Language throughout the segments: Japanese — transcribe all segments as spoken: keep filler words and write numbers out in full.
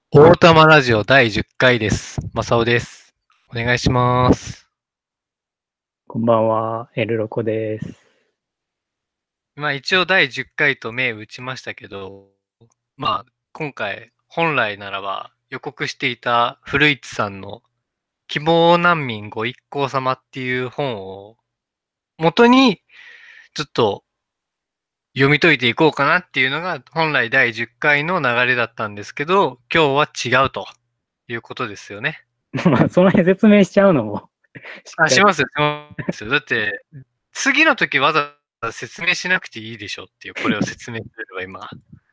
大玉ラジオだいじゅっかいです。マサオです。お願いします。 こんばんは、エルロコです。 まあ一応だいじゅっかいと銘打ちましたけど、まあ今回本来ならば予告していた古市さんの希望難民ご一行様っていう本を元にちょっと読み解いていこうかなっていうのが本来だいじゅっかいの流れだったんですけど、今日は違うということですよね。 まあ、その辺説明しちゃうのもしっあ、 かり。 しますよ、しますよ。だって、次の時わざわざ説明しなくていいでしょっていう、これを説明すれば今。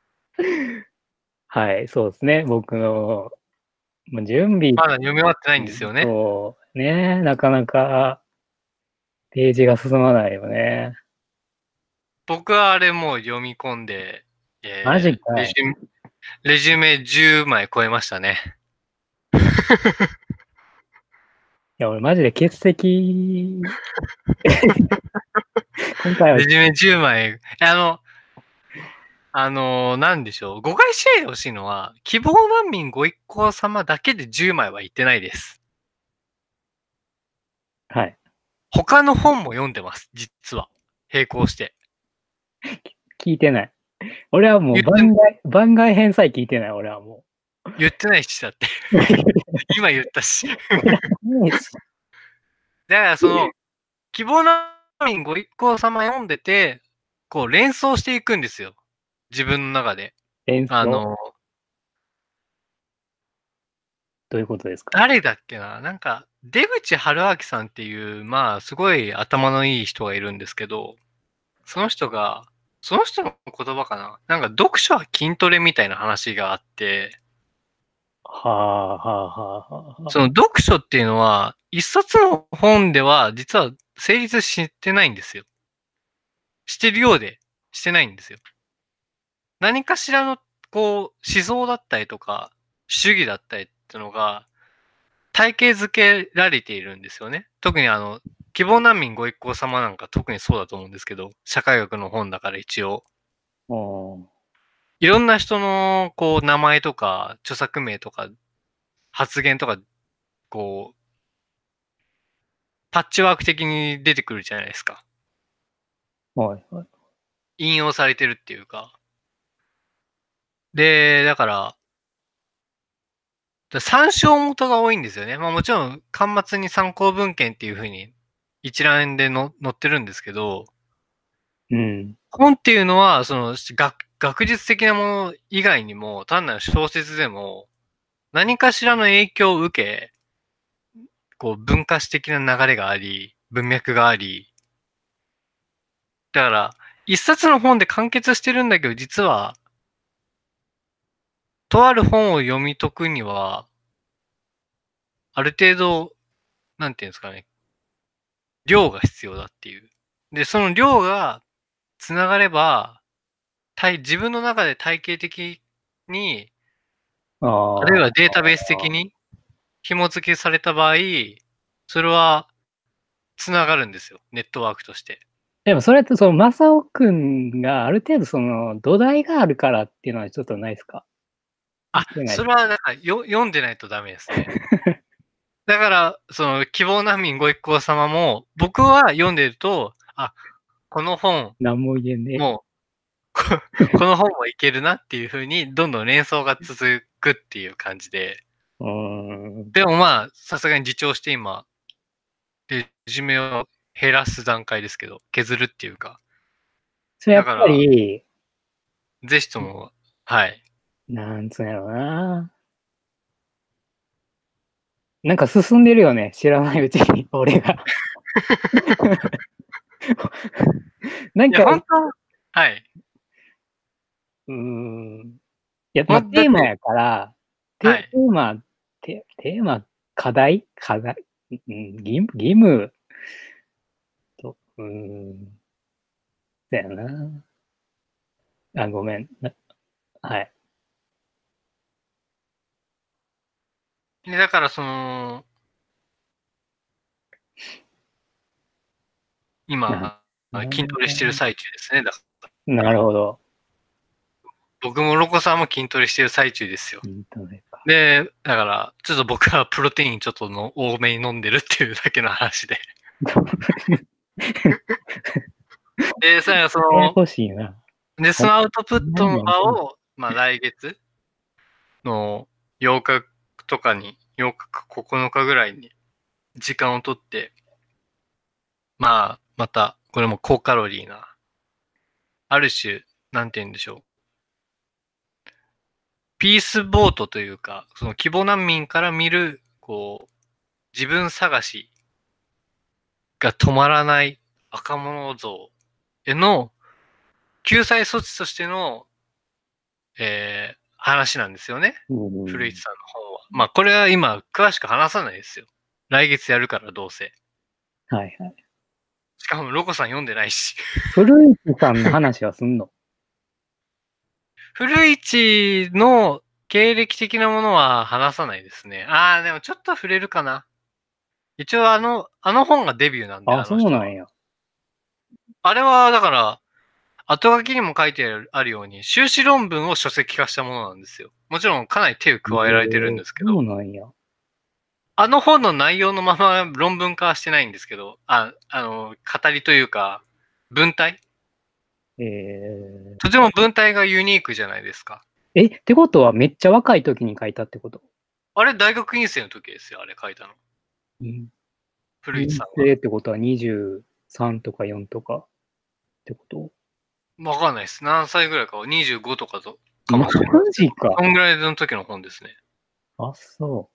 はい、そうですね。僕の、もう準備、 まだ読み終わってないんですよね。 そうね、なかなかページが進まないよね。 僕はあれもう読み込んで、 マジえー、レジかい。 ュメ、レジュメじゅうまい超えましたね。 いや、俺マジで欠席、今回は、 レジュメじゅうまい、あの、あのーなんでしょう。誤解しないでほしいのは、希望難民ご一行様だけでじゅうまいは言ってないです。 はい、 他の本も読んでます、実は。並行して。 聞いてない。俺はもう言って、 番外、番外編さえ聞いてない、俺はも言ってないしだって。 う。 今言ったし。 ねえしだからその、希望難民ご一行様読んでて、こう連想していくんですよ。自分の中で。 演奏、 あの、 どういうことですか？ 誰だっけななんか、出口春明さんっていう、まあ、すごい頭のいい人がいるんですけど、その人が、その人の言葉かななんか、読書は筋トレみたいな話があって、 はあ、はあ、はあ、はあ。 その読書っていうのは、一冊の本では実は成立してないんですよ。してるようで、してないんですよ。何かしらの、こう、思想だったりとか、主義だったりっていうのが、体系づけられているんですよね。特にあの、希望難民ご一行様なんか特にそうだと思うんですけど、社会学の本だから一応、 おー、 いろんな人の、こう、名前とか、著作名とか、発言とか、こう、パッチワーク的に出てくるじゃないですか。 はい、はい。 引用されてるっていうか。で、だから、参照元が多いんですよね。まあもちろん、端末に参考文献っていう風に一覧での載ってるんですけど、 うん。 本っていうのは、その学、学術的なもの以外にも、単なる小説でも、何かしらの影響を受け、こう文化史的な流れがあり、文脈があり、だから、一冊の本で完結してるんだけど、実は、とある本を読み解くには、ある程度、なんていうんですかね、量が必要だっていう。で、その量が繋がれば、体自分の中で体系的に、あるいああ、 はデータベース的に紐付けされた場合、それは繋がるんですよ。ネットワークとして。 でもそれってその、マサオくんがある程度その土台があるからっていうのはちょっとないですか？関あ、 係ないですか？ それはなんかよ読んでないとダメですね。だから、その希望難民ご一行様も、僕は読んでると、あ、この本何も言えねも、ここの本もいけるなっていう風に、どんどん連想が続くっていう感じで。 え。うーん。 でもまあ、さすがに自重して今、レジュメを減らす段階ですけど、削るっていうか。 それやっぱだから、 り、 ぜひとも、はい。 なんつうんやろうな。なんか進んでるよね。知らないうちに、俺が。なんか、 いや、本当は、はい。 うーん。いや、まあ、 ほん、だって、 テーマやから、テ、テはい。 ーマ、テ、テーマ、課題課題、うん、義務、義務と、うーん。だよな。あ、ごめん。なはい。 でだからその、 な、 今、筋トレしてるな最中ですね。だからなるほど。 僕もロコさんも筋トレしてる最中ですよ。 筋トレか。 で、だから、ちょっと僕はプロテインちょっとの多めに飲んでるっていうだけの話で。で、さらそややの、 こしいな。 で、そのアウトプットの場何年を、まあ来月のようかとかに、ようかかここのかぐらいに時間をとって、まあ、また、これも高カロリーな、ある種、なんて言うんでしょう。ピースボートというか、その希望難民から見る、こう、自分探しが止まらない若者像への救済措置としての、えー、話なんですよね。 うん古市さんの本は。まあ、これは今、詳しく話さないですよ。来月やるから、どうせ。 はいはい。 しかも、ロコさん読んでないし。 古市さんの話はすんの？ 古市の経歴的なものは話さないですね。ああ、でもちょっと触れるかな。一応あの、あの本がデビューなんで、 あ、 あの人は。 そうなんや。 あれは、だから、後書きにも書いてあるように、修士論文を書籍化したものなんですよ。もちろんかなり手を加えられてるんですけど、 そうなんや。 あの本の内容のまま論文化はしてないんですけど、あ、あの、語りというか、文体えとても文体がユニークじゃないですか。 ー、え、ってことはめっちゃ若い時に書いたってこと？ あれ、大学院生の時ですよ、あれ書いたの。 うん。 古市院さんが。 生ってことはにじゅうさんとかよんとかってこと？ わかんないです。何歳ぐらいかは、にじゅうごとかと、かマもしれないですけど。 ジか。 そんぐらいの時の本ですね。 あ、そう。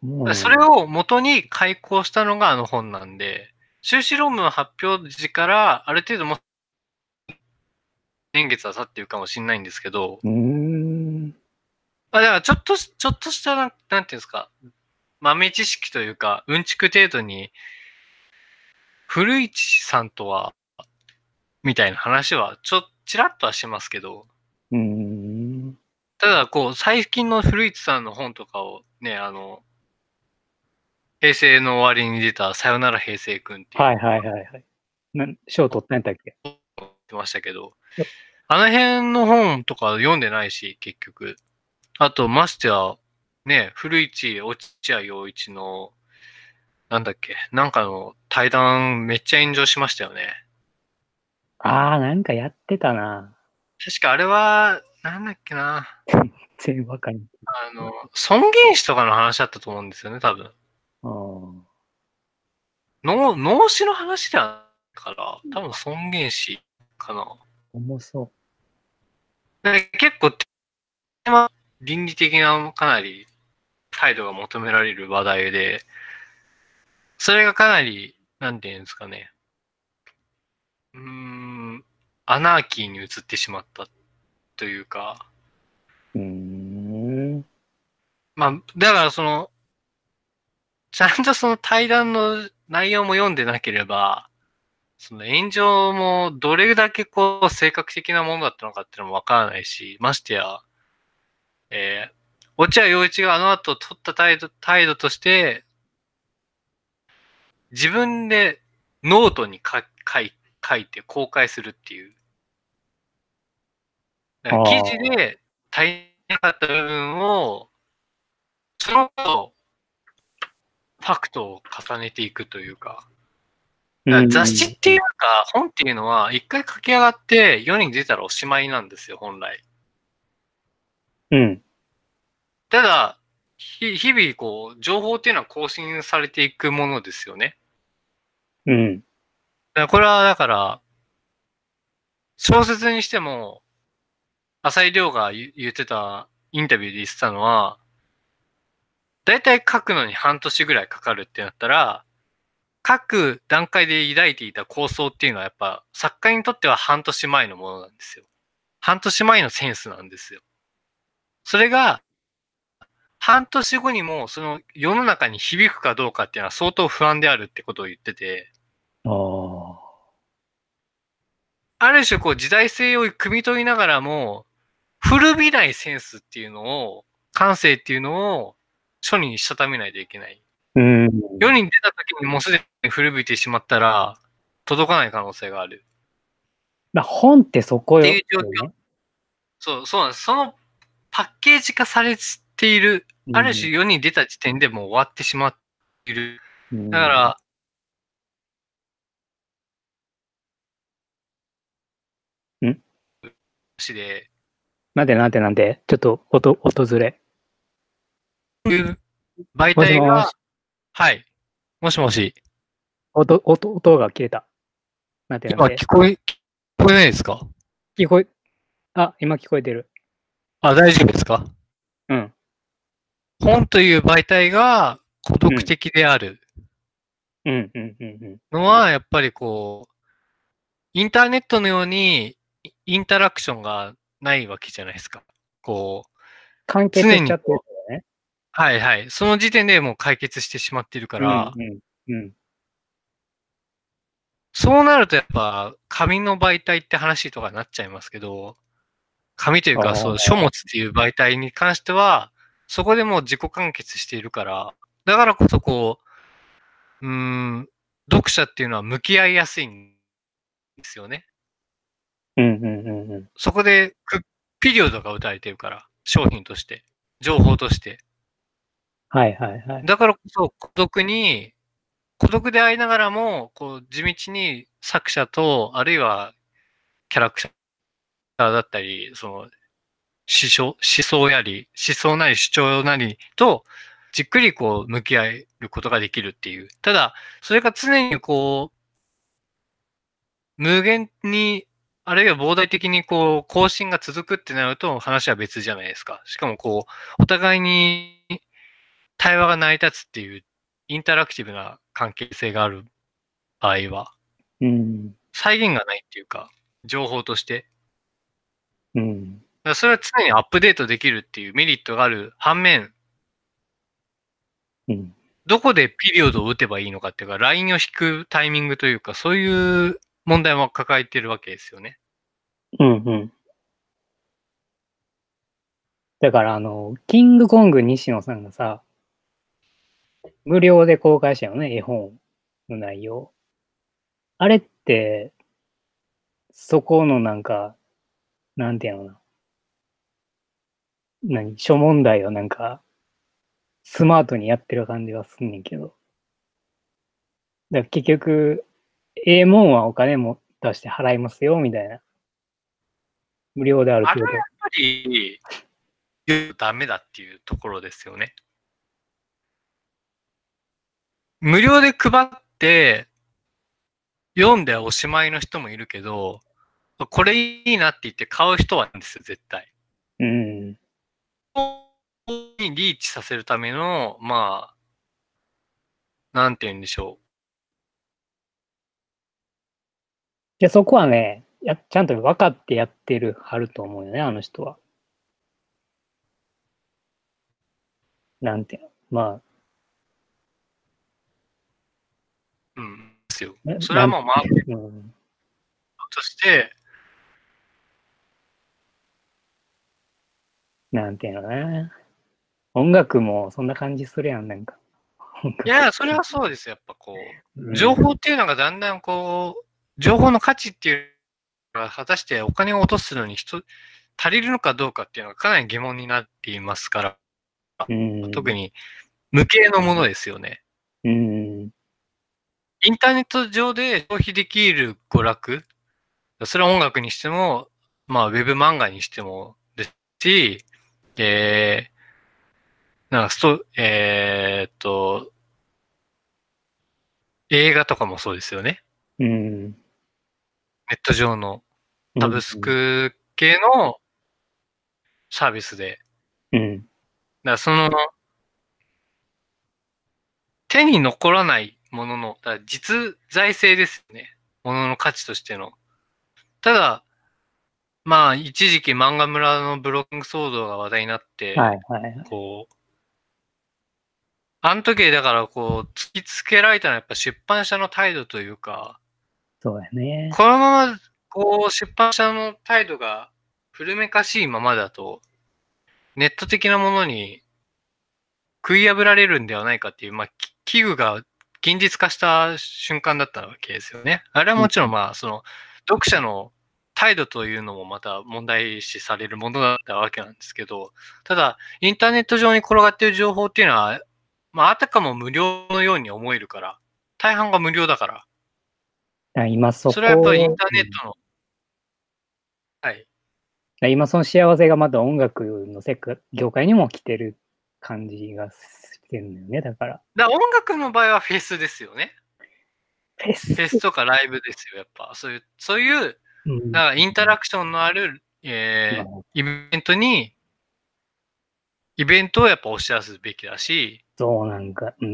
もうそれを元に開講したのがあの本なんで、修士論文発表時からある程度も年月は経ってるかもしれないんですけど、 うーん。 あだからちょっと、ちょっとしたなん、なんていうんですか、豆知識というか、うんちく程度に、古市さんとは、みたいな話は、ちょ、ちらっとはしますけど、 うーん。 ただ、こう、最近の古市さんの本とかをね、あの、平成の終わりに出たさよなら平成くんっていうはい本がはいはいはい。な、賞取ったんやったっけ？ 出ましたけど、あの辺の本とか読んでないし、結局。あと、ましてや、ね、古市落合陽一の、なんだっけ、なんかの対談めっちゃ炎上しましたよね。 ああ、なんかやってたな。 確かあれは、なんだっけな。 全然わかんない。 あの、尊厳死とかの話だったと思うんですよね、多分。 ああ、 脳、脳死の話だから、多分尊厳死かな。 重そで結構、テーマ倫理的なかなり態度が求められる話題で、それがかなり、なんていうんですかね。うーん、アナーキーに移ってしまったというか、 う。うーん。 まあ、だからその、ちゃんとその対談の内容も読んでなければ、その炎上もどれだけこう性格的なものだったのかっていうのもわからないし、ましてや、えー、落合陽一があの後取った態度、態度として、自分でノートに書書い書いて公開するっていう。だから記ああ、 事で足りなかった部分を、その後、ファクトを重ねていくというか。だからうん。 雑誌っていうか、本っていうのは、一回書き上がって世に出たらおしまいなんですよ、本来。 うん。 ただ、ひ日々、こう、情報っていうのは更新されていくものですよね。 うん。 だからこれは、だから、小説にしても、浅井亮が言言ってた、インタビューで言ってたのは、だいたい書くのに半年ぐらいかかるってなったら、書く段階で抱いていた構想っていうのはやっぱ作家にとっては半年前のものなんですよ。半年前のセンスなんですよ。それが半年後にもその世の中に響くかどうかっていうのは相当不安であるってことを言ってて、 ああ。 ある種こう時代性を汲み取りながらも、古びないセンスっていうのを、感性っていうのを書にしたためないといけない。 うん。 世に出た時にもうすでに古びてしまったら、届かない可能性がある。 だ本ってそこよ。 っていう状況。 ね。 そう、そうなんです。そのパッケージ化されている、 うんある種世に出た時点でもう終わってしまっている。 うんだから、 ん話で、 なんでなんでなんでちょっと音、音ずれ。 こういう媒もし体が、 もし、 はい。もしもし。 音、音、音が切れた。なんでなん今で聞こえ、聞こえないですか？ 聞こえ、あ、今聞こえてる。 あ、大丈夫ですか？ うん。 本という媒体が孤独うん。 的であるうん。うん。うん。うん。 のは、やっぱりこう、インターネットのようにインタラクションがないわけじゃないですか。こう、 完結しちゃってる常にこう、 からね。 はいはい。その時点でもう解決してしまっているかうん。 ら、 うん。うん。 そうなるとやっぱ紙の媒体って話とかになっちゃいますけど、紙というあかそうあ。 書物っていう媒体に関しては、そこでもう自己完結しているから、だからこそこう、うーん、読者っていうのは向き合いやすいんですよね。 うん。うん。うん。うん。 そこでクピリオドが打たれてるから、商品として、情報として。 はいはいはい。 だからこそ孤独に、孤独でありながらも、こう地道に作者と、あるいはキャラクターだったり、その思想、思想やり、思想なり主張なりと、じっくりこう向き合えることができるっていう。ただ、それが常にこう、無限に、あるいは膨大的にこう、更新が続くってなると話は別じゃないですか。しかもこう、お互いに対話が成り立つっていう、インタラクティブな関係性がある場合は、 うん。 再現がないっていうか、情報として。 うん。 だからそれは常にアップデートできるっていうメリットがある反面、 うん。 どこでピリオドを打てばいいのかっていうか、ラインを引くタイミングというか、そういう問題も抱えてるわけですよね。 うん。うん。だから、あの、キングコング西野さんがさ、無料で公開したよね、絵本の内容。あれって、そこのなんか、なんていうのかな、何、諸問題をなんか、スマートにやってる感じがすんねんけど。だから結局、ええもんはお金も出して払いますよ、みたいな。無料であるあれはやっけど。 ぱり、言うダメだっていうところですよね。無料で配って、読んでおしまいの人もいるけど、これいいなって言って買う人はいるんですよ、絶対。 うん。 にリーチさせるための、まあ、なんて言うんでしょじゃそこはね、や、ちゃんと分かってやってるはると思うよね、あの人は。なんていうの。まう。うん。ですよ。 あ、なそれなん、 はもうマーケットうん、 として、 なんていうのかな。音楽もそんな感じするやん、なんか。音楽。 いや、それはそうですよ。やっぱこう、情うん。 報っていうのがだんだんこう、情報の価値っていうのが果たしてお金を落とすのに人、足りるのかどうかっていうのがかなり疑問になっていますから、 うん。 特に無形のものですよね。 うん。 インターネット上で消費できる娯楽、それは音楽にしても、まあ、ウェブ漫画にしてもですし、えー、なんかスト、えーっと、映画とかもそうですよね。 うん。 ネット上のうん。 サブスク系のサービスで。 うん。 だからその、手に残らないものの、だから実在性ですよね。ものの価値としての。ただ、まあ、一時期漫画村のブロッキング騒動が話題になっはい、 て、 はい。 こう、あの時だからこう、突きつけられたのはやっぱ出版社の態度というか、 そうやね。 このまま、こう、出版社の態度が古めかしいままだと、ネット的なものに食い破られるんではないかっていう、まあ、危惧が現実化した瞬間だったわけですよね。あれはうん。 もちろんまあ、その、読者の態度というのもまた問題視されるものだったわけなんですけど、ただ、インターネット上に転がっている情報っていうのは、まあ、あたかも無料のように思えるから、大半が無料だから、 ら今そそれはやっぱりインこ、 ターネットの、はい。 うん、今その幸せがまた音楽の世界、業界にも来てる感じがしてるんだよね、だから。 だから音楽の場合はフェスですよね。 フェス、 フェスとかライブですよ、やっぱ。そういう、そういう、 うん、 だからインタラクションのある、 まあ、 えー、イベントに、イベントをやっぱ押し出すべきだし、 そうなんか、うん、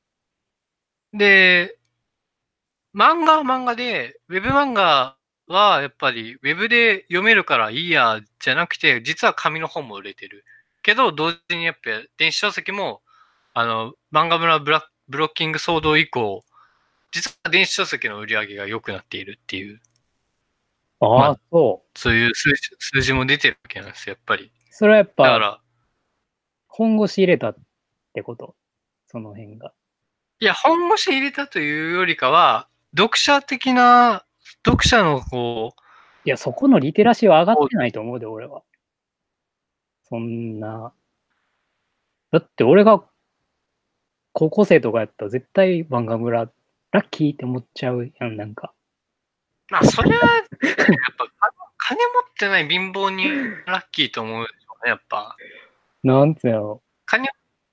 で、漫画は漫画で、ウェブ漫画はやっぱりウェブで読めるからいいや、じゃなくて、実は紙の本も売れてる。けど、同時にやっぱ電子書籍も、あの、漫画村ブラブロッキング騒動以降、実は電子書籍の売り上げが良くなっているっていう、まああ、 あ、 そう。 そういう数字数字も出てるわけなんですよ、やっぱり。 それはやっぱ、 だから、 本腰入れたってこと、その辺が。 いや、本腰入れたというよりかは、読者的な、読者のこう、 いや、そこのリテラシーは上がっこてないと思うで、俺は。そんな。だって俺が高校生とかやったら絶対漫画村ラッキーって思っちゃうやん、なんか。 うまあ、それは、やっぱ、金持ってない貧乏人ラッキーと思うでしょうね、やっぱ。 なんつうの。 金、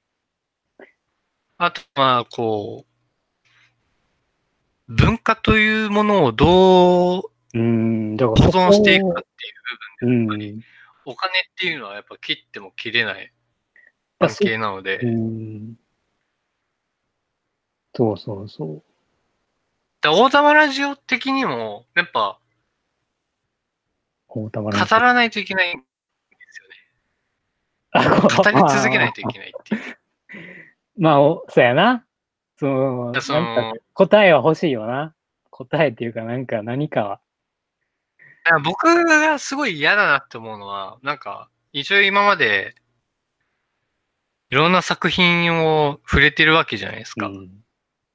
あと、まあ、こう、文化というものをどううーん、だから保そ存していくかこ、 っていうう部分で、やっぱり、 ん。 お金っていうのはやっぱ切っても切れないだそ、 関係なのうで、 ん、そうそうそう。 だ大玉ラジオ的にも、やっぱ、 大玉ラジ語らないといけないんですよね。 オ。あ、 語り続けなまあ、 いといけないっていう。 まあ、おそうやな。その、 だそなんかの、 答えは欲しいよな。答えっていうか、なんか何かは。 僕がすごい嫌だなって思うのは、なんか、一応今までいろんな作品を触れてるわけじゃないですか。 うん。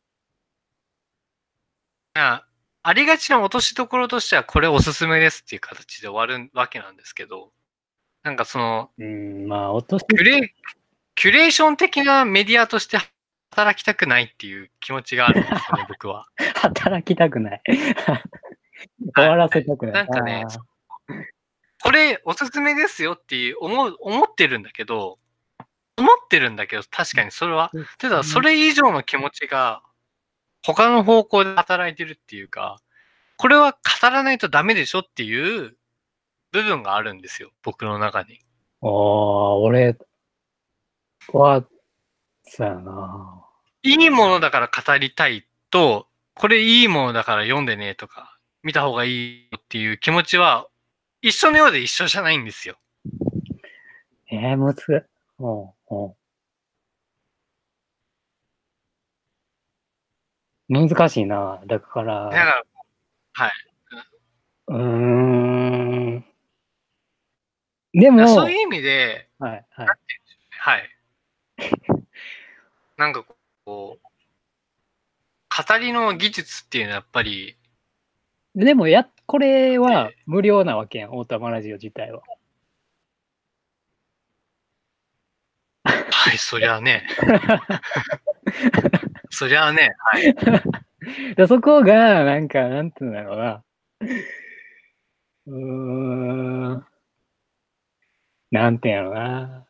あありがちな落としどころとしては、これおすすめですっていう形で終わるわけなんですけど、なんかその、 うん、まあ、落とし、 キュレ、キュレーション的なメディアとして働きたくないっていう気持ちがあるんですよね、僕は。 働きたくない。終はい。 わらせたくない。 なんかね、 ああ、 これおすすめですよっていう思う、思ってるんだけど、思ってるんだけど、確かにそれは、ただそれ以上の気持ちが他の方向で働いてるっていうか、これは語らないとダメでしょっていう部分があるんですよ、僕の中に。 ああ、俺は、そうやな。 いいものだから語りたいと、これいいものだから読んでねとか、見た方がいいっていう気持ちは、一緒のようで一緒じゃないんですよ。 ええー、むずっ。うんうん、難しいな。だから、 だから、はい。 うーん。でも、 そういう意味で、 はい、はい。 はい。なんかこう、語りの技術っていうのはやっぱり、 でも、や、これはで、 無料なわけやん、オータマラジオ自体は。 はい、そりゃあね、そりゃあね、はい。 でそこが、なんか、なんていうんだろうな。うーん、なんていうんやろうな。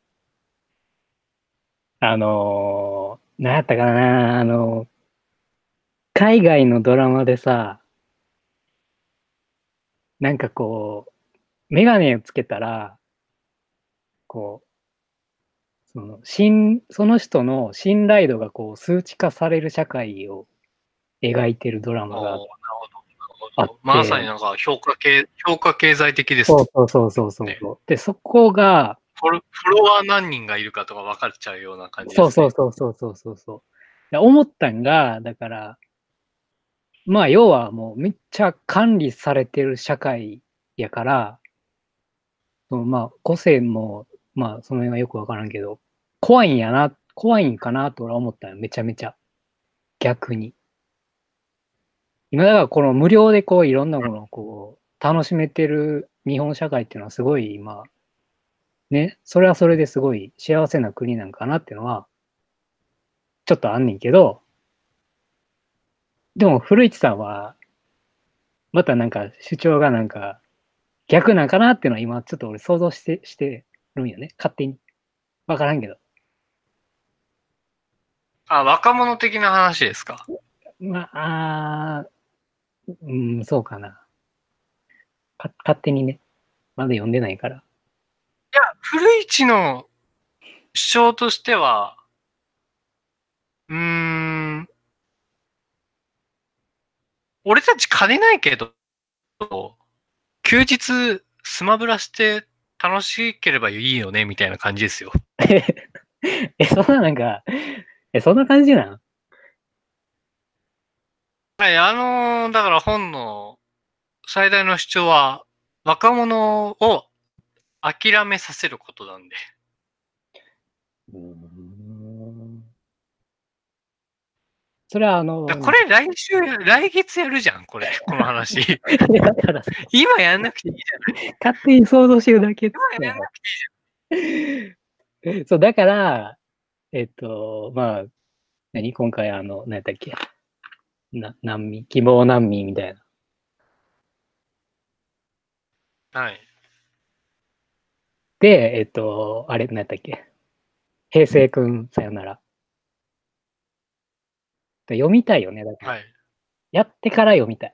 あのー、なんやったかな、あの、海外のドラマでさ、なんかこう、メガネをつけたら、こう、その、信、その人の信頼度がこう、数値化される社会を描いてるドラマがおー、なるほど、なるあっほど。まさにて、 なんか評価経、評価経済的ですそうそうそうそうそうね。 そう。で、そこが、 フォロフォロワー何人がいるかとか分かっちゃうような感じでそうそうすね。 そうそうそうそうそう。で思ったんが、だから、まあ、要はもうめっちゃ管理されてる社会やから、そのまあ、個性も、まあ、その辺はよくわからんけど、怖いんやな、怖いんかなと俺は思ったよ。めちゃめちゃ。逆に。 今だからこの無料でこういろんなものをこう楽しめてる日本社会っていうのはすごい今、ね、それはそれですごい幸せな国なんかなっていうのは、ちょっとあんねんけど、でも古市さんは、またなんか主張がなんか逆なんかなっていうのは今ちょっと俺想像して、してるんよね。勝手に。わからんけど。 あ、若者的な話ですか。 まあ、あーうん、そうかな。か勝手にね。まだ読んでないから。 いや、古市の主張としては、うーん、俺たち金ないけど、休日スマブラして楽しければいいよね、みたいな感じですよ。 え、そんななんか、え、そんな感じなん？ はい、あのーだから本の最大の主張は、若者を諦めさせることなんで。 うーん。それはあの、なんてだこれ来週、来月やるじゃん、これ、この話。 いやだからさ、 今やんなくていいじ勝手に想像してるだけっつっゃん。今やんなたよ。 くてそう、だから、えっと、まあ、何今回あの、何やったっけな、難民、希望難民みたいな。 いいじゃん。はい。 で、えっと、あれ、何やったっけ平成くん、さよなら。読みたいよね、だから。 はい。 やってから読みたい。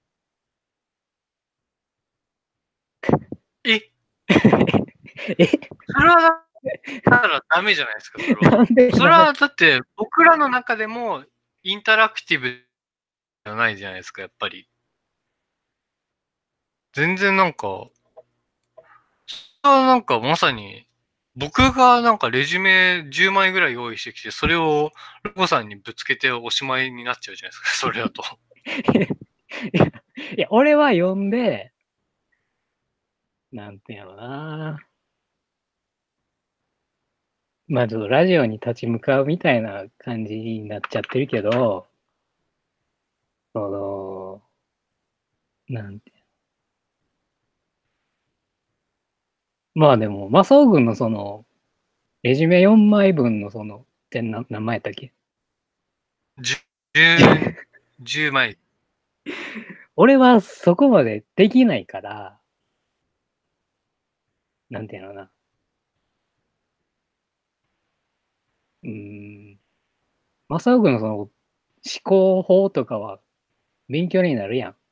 え、 え、 それはだったらダメじゃないですか、それは。 なんで、 それなはだって僕らの中でもインタラクティブじゃないじゃないですか、やっぱり。全然なんか、それはなんかまさに、僕がなんかレジュメじゅうまいぐらい用意してきて、それをロコさんにぶつけておしまいになっちゃうじゃないですか、それだと。 いや、いや俺は読んで、なんていうんやろな。まあ、ちょっとラジオに立ち向かうみたいな感じになっちゃってるけど、その、なんて。まあでも、マサオ軍のその、レジュメよんまいぶんのその、って何何枚やったっけ？ じゅう、じゅうまい。 俺はそこまでできないから、なんていうのかな。うーん、マサオ軍のその、思考法とかは勉強になるやん。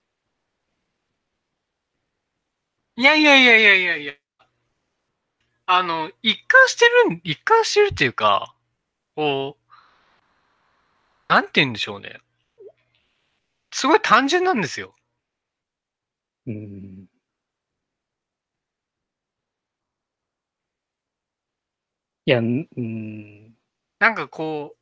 いやいやいやいやいやいや。あの、一貫してる、一貫してるっていうか、こう、なんて言うんでしょうね。すごい単純なんですよ。 うーん。いや、うーん。 なんかこう、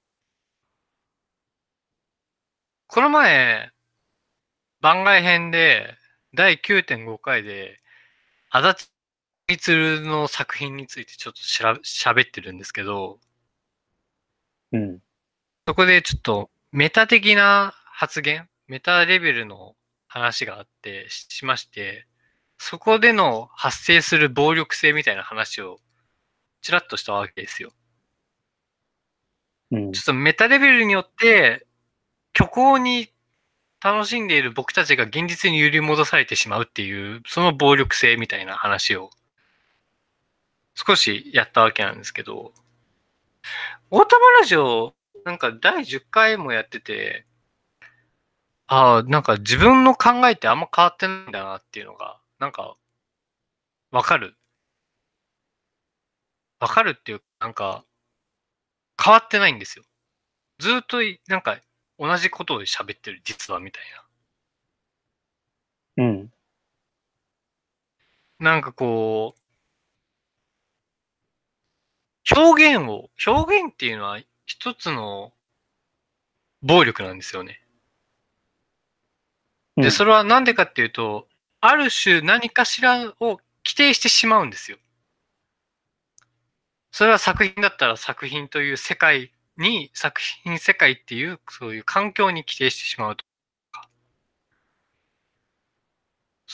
この前、番外編で、だいきゅうてんごかいで、足立みつるの作品についてちょっとしら喋ってるんですけど、 うん。 そこでちょっとメタ的な発言、メタレベルの話があってししまして、そこでの発生する暴力性みたいな話をちらっとしたわけですよ。 うん。 ちょっとメタレベルによって虚構に楽しんでいる僕たちが現実に揺り戻されてしまうっていう、その暴力性みたいな話を少しやったわけなんですけど、オータマラジオ、なんかだいじゅっかいもやってて、ああ、なんか自分の考えってあんま変わってないんだなっていうのが、なんかわかる。わかるっていうか、なんか変わってないんですよ。ずっとなんか同じことを喋ってる、実はみたいうん。 な。なんかこう、表現を、表現っていうのは一つの暴力なんですよね。で、 うん。 それはなんでかっていうと、ある種何かしらを規定してしまうんですよ。それは作品だったら作品という世界に、作品世界っていうそういう環境に規定してしまうと。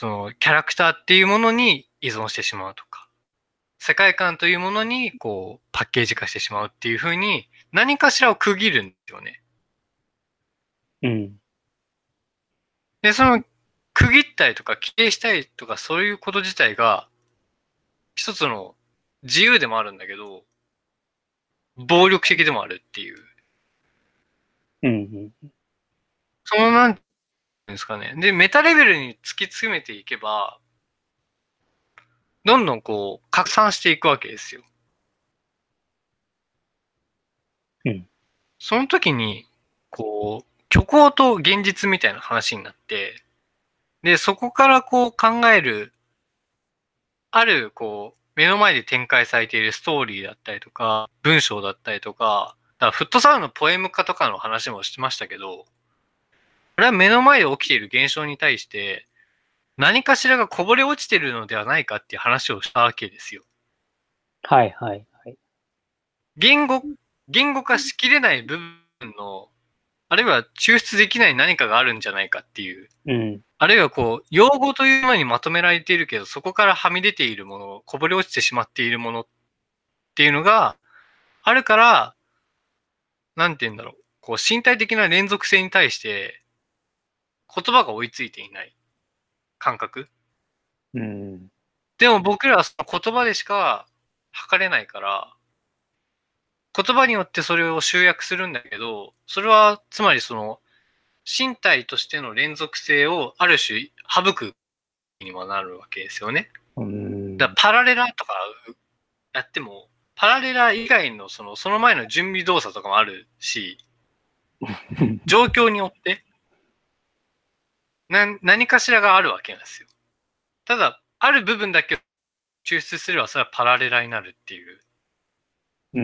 そのキャラクターっていうものに依存してしまうとか、世界観というものにこうパッケージ化してしまうっていう風に何かしらを区切るんですよね。 うん。 で、その区切ったりとか規定したりとかそういうこと自体が一つの自由でもあるんだけど、暴力的でもあるっていう。 うん。 そのなんていうんですかね。で、メタレベルに突き詰めていけば、どんどんこう拡散していくわけですよ。 うん。 その時に、こう、虚構と現実みたいな話になって、で、そこからこう考える、ある、こう、目の前で展開されているストーリーだったりとか、文章だったりとか、だからフットサルのポエム化とかの話もしてましたけど、これは目の前で起きている現象に対して、何かしらがこぼれ落ちているのではないかっていう話をしたわけですよ。 はいはいはい。 言語、言語化しきれない部分の、あるいは抽出できない何かがあるんじゃないかっていう、 うん。 あるいはこう、用語というものにまとめられているけど、そこからはみ出ているもの、こぼれ落ちてしまっているものっていうのがあるから、なんて言うんだろう。こう、身体的な連続性に対して、言葉が追いついていない感覚。 うん。 でも僕らはその言葉でしか測れないから、言葉によってそれを集約するんだけど、それはつまりその身体としての連続性をある種省くにもなるわけですよね。 うん。 だからパラレラとかやっても、パラレラ以外のその、その前の準備動作とかもあるし、状況によって何何かしらがあるわけなんですよ。ただ、ある部分だけを抽出すればそれはパラレラになるっていううん。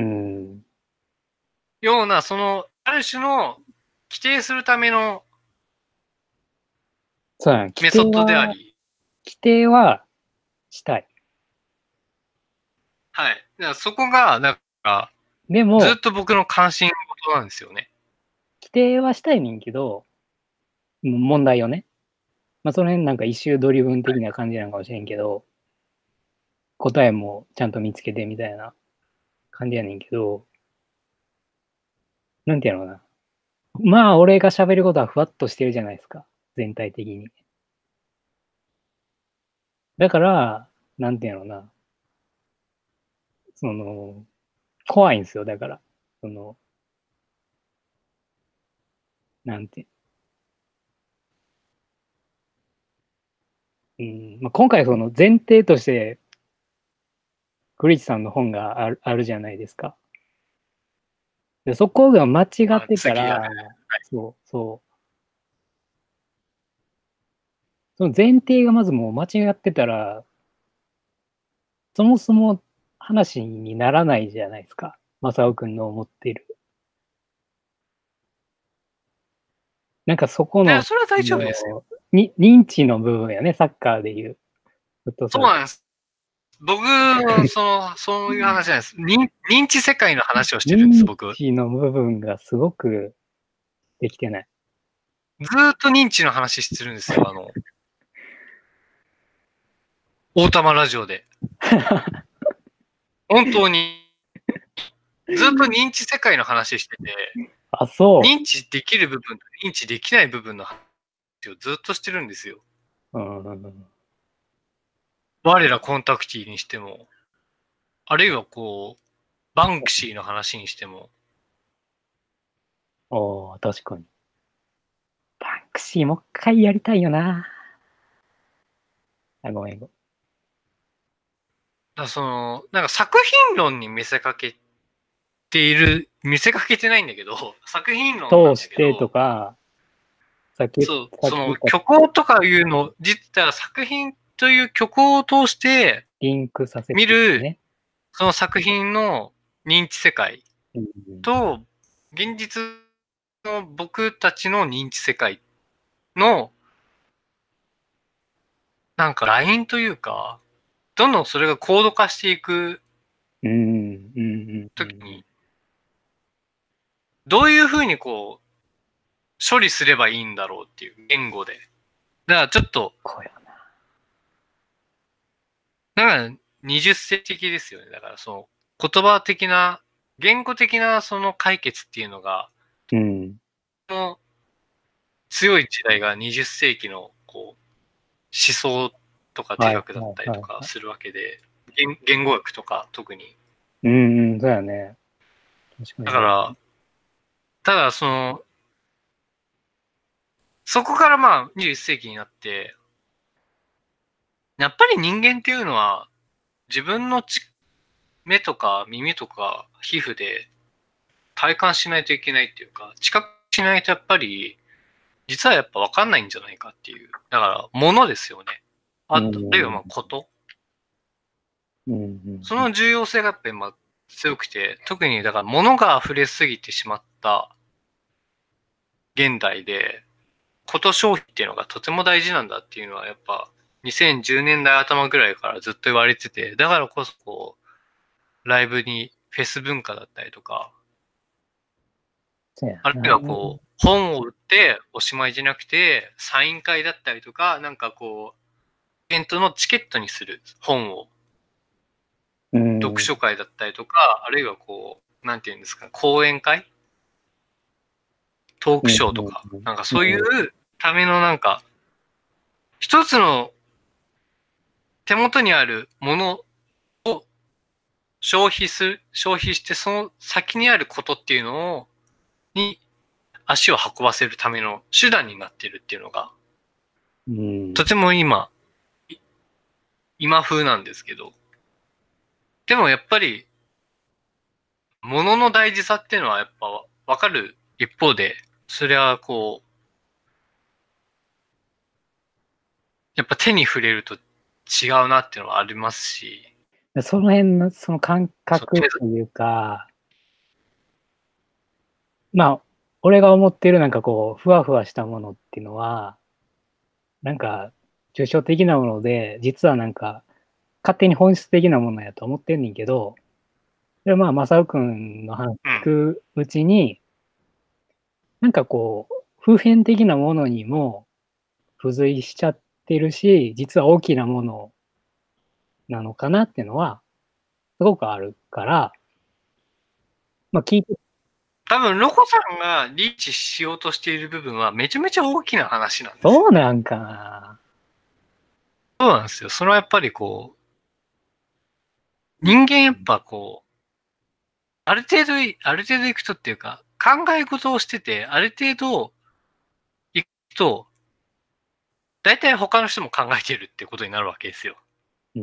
ような、その、ある種の規定するためのそうやん。規メソッドであ定は、 り、 規定はしたい。 はい。だからそこが、なんか、 でも、 ずっと僕の関心事なんですよね。 規定はしたいねんけど、問題よね。まあ、その辺なんか一周ドリブン的な感じなのかもしれんけど、答えもちゃんと見つけてみたいな感じやねんけど、なんていうのかな。まあ、俺が喋ることはふわっとしてるじゃないですか。全体的に。だから、なんていうのかな。その、怖いんですよ。だから、その、なんて、うん、まあ、今回その前提として、クリッチさんの本があるあるじゃないですか。でそこが間違まあ、 ってたら、 次はね。 そう、そう。その前提がまずもう間違ってたら、そもそも話にならないじゃないですか。正雄くんの思っている。なんかそこいや、 の、 それは大丈夫ですよ。 もうに認知の部分やね、サッカーでいう。フットサル。 そうなんです。僕の、その、そういう話なんです。認認知世界の話をしてるんです、 認僕。ず知の部分がすごくできてない。 ーっと認知の話してるんですよ、あの、大玉ラジオで。本当に。ずっと認知世界の話してて、 あ、そ認知できる部分と認知できない部分の話をずっとしてるんですよ。 う。うん。 我らコンタクティにしても、あるいはこう、バンクシーの話にしても、 ああ、確かに。バンクシーもう一回やりたいよな。あ、ごめんごめん。 だその、なんか作品論に見せかけている、見せかけてないんだけど、作品論なん通してとだけど、 か、さっき、 そう、そのさっき言った虚構とかいうの、実は作品という虚構を通してリンクさせて見る、 ね。 その作品の認知世界うん、 と、現実の僕たちの認知世界の、なんかラインというか、どんどんそれが高度化していくうん、うん、うん、うん。 ときに、どういうふうにこう、処理すればいいんだろうっていう言語で。だからちょっと、 こうやな。 だからにじゅっ世紀的ですよね。だからその言葉的な、言語的なその解決っていうのが、 うん。 の強い時代がにじゅっ世紀のこう思想とかはい、 哲学だっはい、 たりとはい。 かするわけで、言言語学とか特に。 うん、うん、そうやね。確かにね。 だから、ただその、そこからまあにじゅういっ世紀になって、やっぱり人間っていうのは自分のち目とか耳とか皮膚で体感しないといけないっていうか、知覚しないとやっぱり、実はやっぱ分かんないんじゃないかっていう。だから、物ですよね。 うあと、あるいはまん、 あ、こと。 うん、うん、 その重要性がやっぱりまあ強くて、特にだから物が溢れすぎてしまった現代で、こと消費っていうのがとても大事なんだっていうのはやっぱにせんじゅうねんだい頭ぐらいからずっと言われてて、だからこそこう、ライブにフェス文化だったりとか、 そうやな。 あるいはこう、本を売っておしまいじゃなくて、サイン会だったりとか、なんかこう、イベントのチケットにする本を、 うん、 読書会だったりとか、あるいはこう、なんていうんですか、講演会トークうん、 ショーとか、 うん、 なんかそういうためのなんか、一つの手元にあるものを消費する、消費してその先にあることっていうのを、に足を運ばせるための手段になっているっていうのが、 うん。 とても今、今風なんですけど、でもやっぱり、物の大事さっていうのはやっぱわかる一方で、それはこう、やっぱ手に触れると違うなっていうのはありますし、 その辺の、その感そう手覚というか、まあ、俺が思ってるなんかこう、ふわふわしたものっていうのは、なんか、抽象的なもので、実はなんか、勝手に本質的なものやと思ってんねんけど、でまあ、正雄くんの話聞うん、 くうちに、なんかこう、普遍的なものにも付随しちゃってるし、実は大きなものなのかなっていうのは、すごくあるから、まあ聞いて、 多分、ロコさんがリーチしようとしている部分はめちゃめちゃ大きな話なんですよね。 そうなんかな。 そうなんですよ。それはやっぱりこう、人間やっぱこう、ある程度、ある程度行くとっていうか、考え事をしてて、ある程度行くと、大体他の人も考えてるってことになるわけですよ。 うん。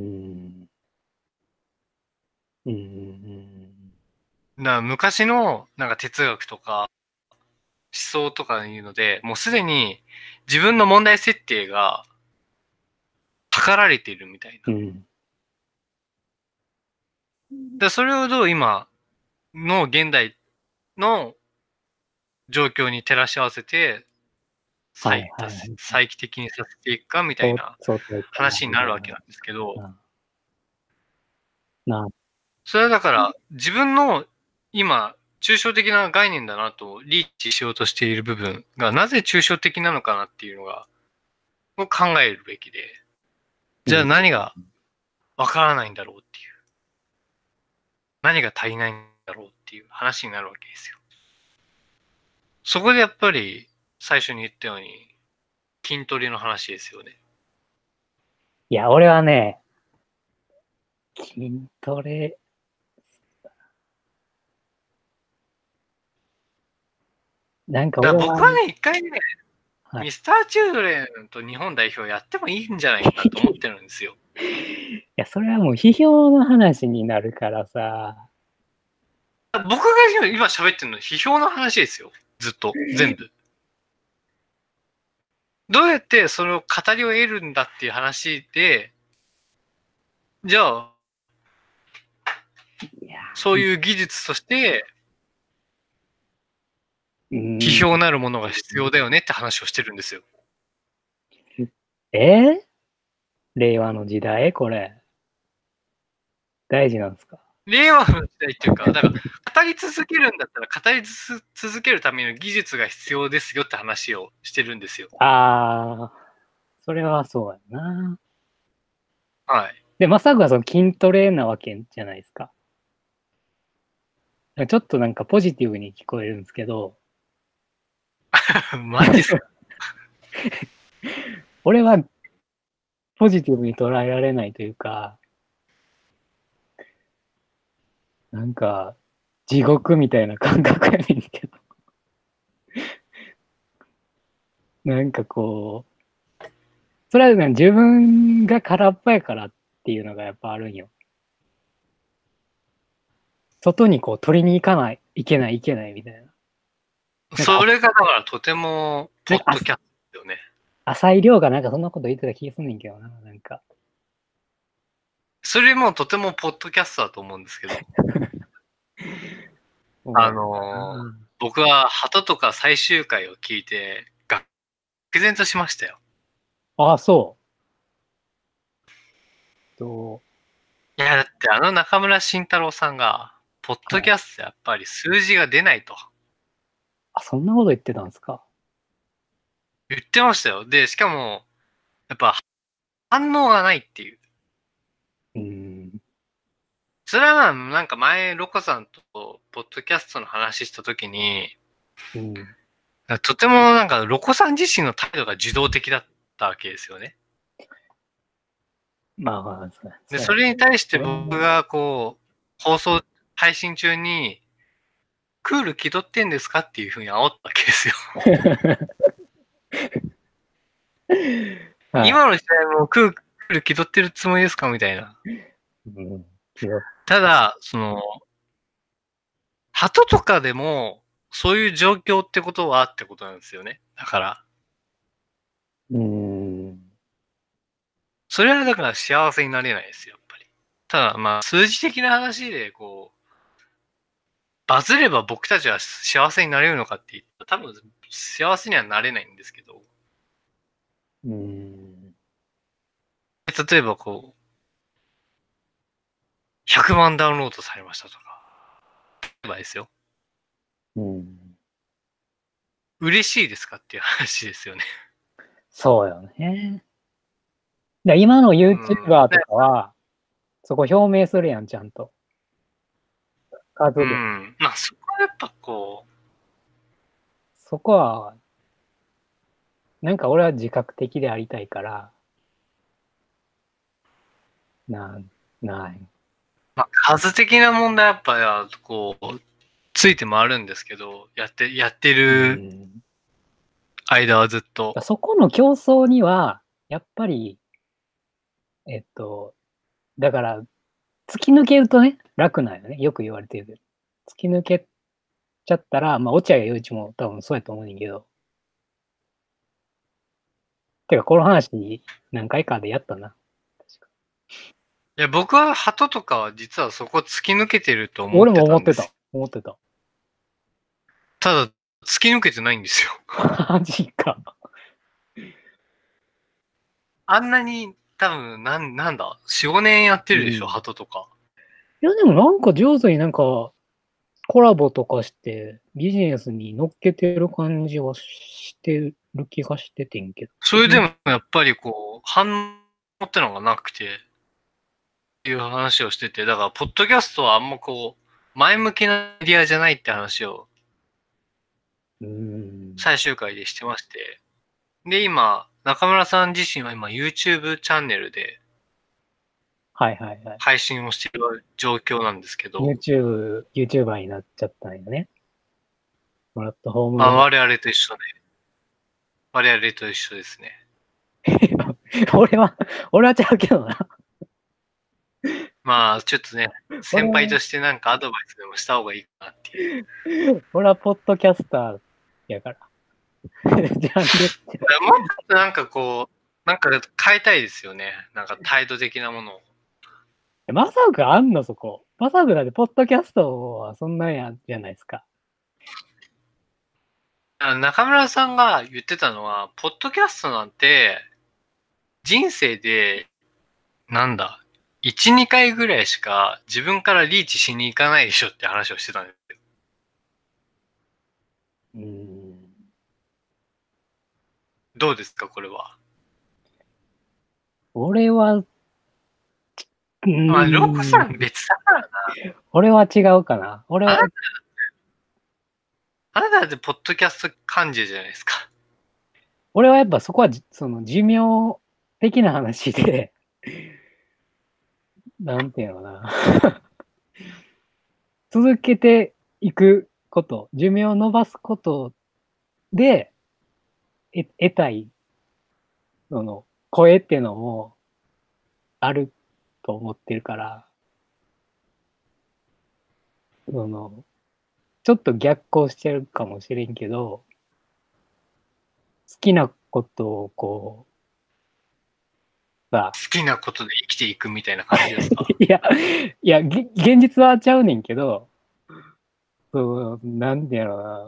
うん。 だから昔のなんか哲学とか思想とかいうので、もうすでに自分の問題設定が図られているみたいな。 うん。 で、それをどう今の現代の状況に照らし合わせて再、 はいはいはい。 再帰的にさせていくかみたそう、 いなそうそうか話になるわけなんですけど、 な。な、 それはだから自分の今、抽象的な概念だなとリーチしようとしている部分がなぜ抽象的なのかなっていうのが、を考えるべきで、じゃあうん。 何がわからないんだろうっていう、何が足りないんだろうっていう話になるわけですよ。そこでやっぱり最初に言ったように筋トレの話ですよね。 いや、俺はね、筋トレ、なんかだから俺は、 僕はね、一回ね、 はい。 ミスターチュードレンと日本代表やってもいいんじゃないかなと思ってるんですよ。 いや、それはもう批評の話になるからさ、 僕が今喋ってるの批評の話ですよ。ずっと。全部。どうやってその語りを得るんだっていう話で、じゃあ、 いや、 そういう技術としてうん、 批評なるものが必要だよねって話をしてるんですよ。 えー令和の時代これ、大事なんですか？ 令和の時代っていうか、だから語り続けるんだったら語り続けるための技術が必要ですよって話をしてるんですよ。 ああ、それはそうやな。 はい。 で、まさぐはその筋トレなわけじゃないですか。ちょっとなんかポジティブに聞こえるんですけど、 マジっすか。 俺はポジティブに捉えられないというか、なんか地獄みたいな感覚やねんけど、なんかこう、それは、ね、自分が空っぽやからっていうのがやっぱあるんよ。外にこう取りに行かない、いけない、いけないみたいな。なんか、 それがだからとても、ポなんかッドキャストよね。 浅い量がなんかそんなこと言ってた気がすんねんけどな、なんか。 それもとてもポッドキャストだと思うんですけど、あお前のーうん、 僕は鳩とか最終回を聞いて、愕然としましたよ。 ああ、そう。と、 いや、だってあの中村慎太郎さんが、ポッドはい。 キャストやっぱり数字が出ないとあ、そんなこと言ってたんですか。 言ってましたよ。で、しかも、やっぱ反応がないっていう。 うん。 それはなんか前、ロコさんとポッドキャストの話したときに、 うん。 とてもなんかロコさん自身の態度が受動的だったわけですよね。 まあまあ、そうで、 そうやね。 それに対して俺も、 僕がこう、放送、配信中に、クール気取ってんですかっていうふうに煽ったわけですよ。 はい。 今の時代もクール気取ってるつもりですかみたいな。 うん。気をただ、その、鳩とかでも、そういう状況ってことはってことなんですよね。だから、 うん。 それはだから幸せになれないですよ、やっぱり。ただ、まあ、数字的な話で、こう、バズれば僕たちは幸せになれるのかって言ったら、多分、幸せにはなれないんですけど、 うん。 例えばこう、ひゃくまんダウンロードされましたとか、例えばですよ。 うん。 嬉しいですかっていう話ですよね。 そうよね。で今のうん。 YouTuber でとかは、そこ表明するやん、ちゃんと。数で。 うん。まあ、そこはやっぱこそこは、なんか俺は自覚的でありたいから、なん、ない。 う、まあ、数的な問題はやっぱ、こう、ついて回るんですけど、やって、やってうるん。 間はずっと。 そこの競争には、やっぱり、えっと、だから、突き抜けるとね、楽なんよね。よく言われてるけど。突き抜けちゃったら、まあ、落合陽一も多分そうやと思うねんけど。てか、この話、何回かでやったな。確かいや、僕は鳩とかは実はそこ突き抜けてると思っ俺もてた思ってた。 んですよ。 思ってた。 ただ、突き抜けてないんですよ。 マジか。 あんなに、多分、なん、なんだ、よん、ごねんやってるでしょ、 うん。 鳩とか。 いや、でもなんか上手になんか、コラボとかして、ビジネスに乗っけてる感じはしてる気がしててんけど。 それでもやっぱりこう、反応ってのがなくて、っていう話をしてて、だから、ポッドキャストはあんまこう、前向きなメディアじゃないって話をうーん。 最終回でしてまして。で、今、中村さん自身は今 YouTube チャンネルではいはいはい。 配信をしている状況なんですけど、 YouTube、YouTuber になっちゃったんよね。プラットフォームまあ、 が。 我々と一緒で、我々と一緒ですね。 俺は、俺はちゃうけどな。 まあ、ちょっとね、先輩俺は、 としてなんかアドバイスでもした方がいいかなっていう。 俺はポッドキャスターやから。じゃあ、で、 もっとなんかこう、なんか変えたいですよね。なんか態度的なものを。 マサウあんのそこ。マサウだって、ポッドキャストはそんなんや、じゃないですか。 あ中村さんが言ってたのは、ポッドキャストなんて、人生で、なんだ、いち、にかいぐらいしか自分からリーチしに行かないでしょって話をしてたんですよ。 うーん。 どうですか、これは。 俺は、 まあ、ロコさん別だからな。 俺は違うかな。俺は、 あなただってポッドキャスト感じじゃないですか。 俺はやっぱそこはじ、その寿命的な話で、なんていうのかな。続けていくこと、寿命を伸ばすことで、え得たい、その、声っていうのもあると思ってるから、その、ちょっと逆行してるかもしれんけど、好きなことをこう、さ、 好きなことで生きていくみたいな感じですか？ いや、いや、げ現実はちゃうねんけど、そう、なんでやろうな。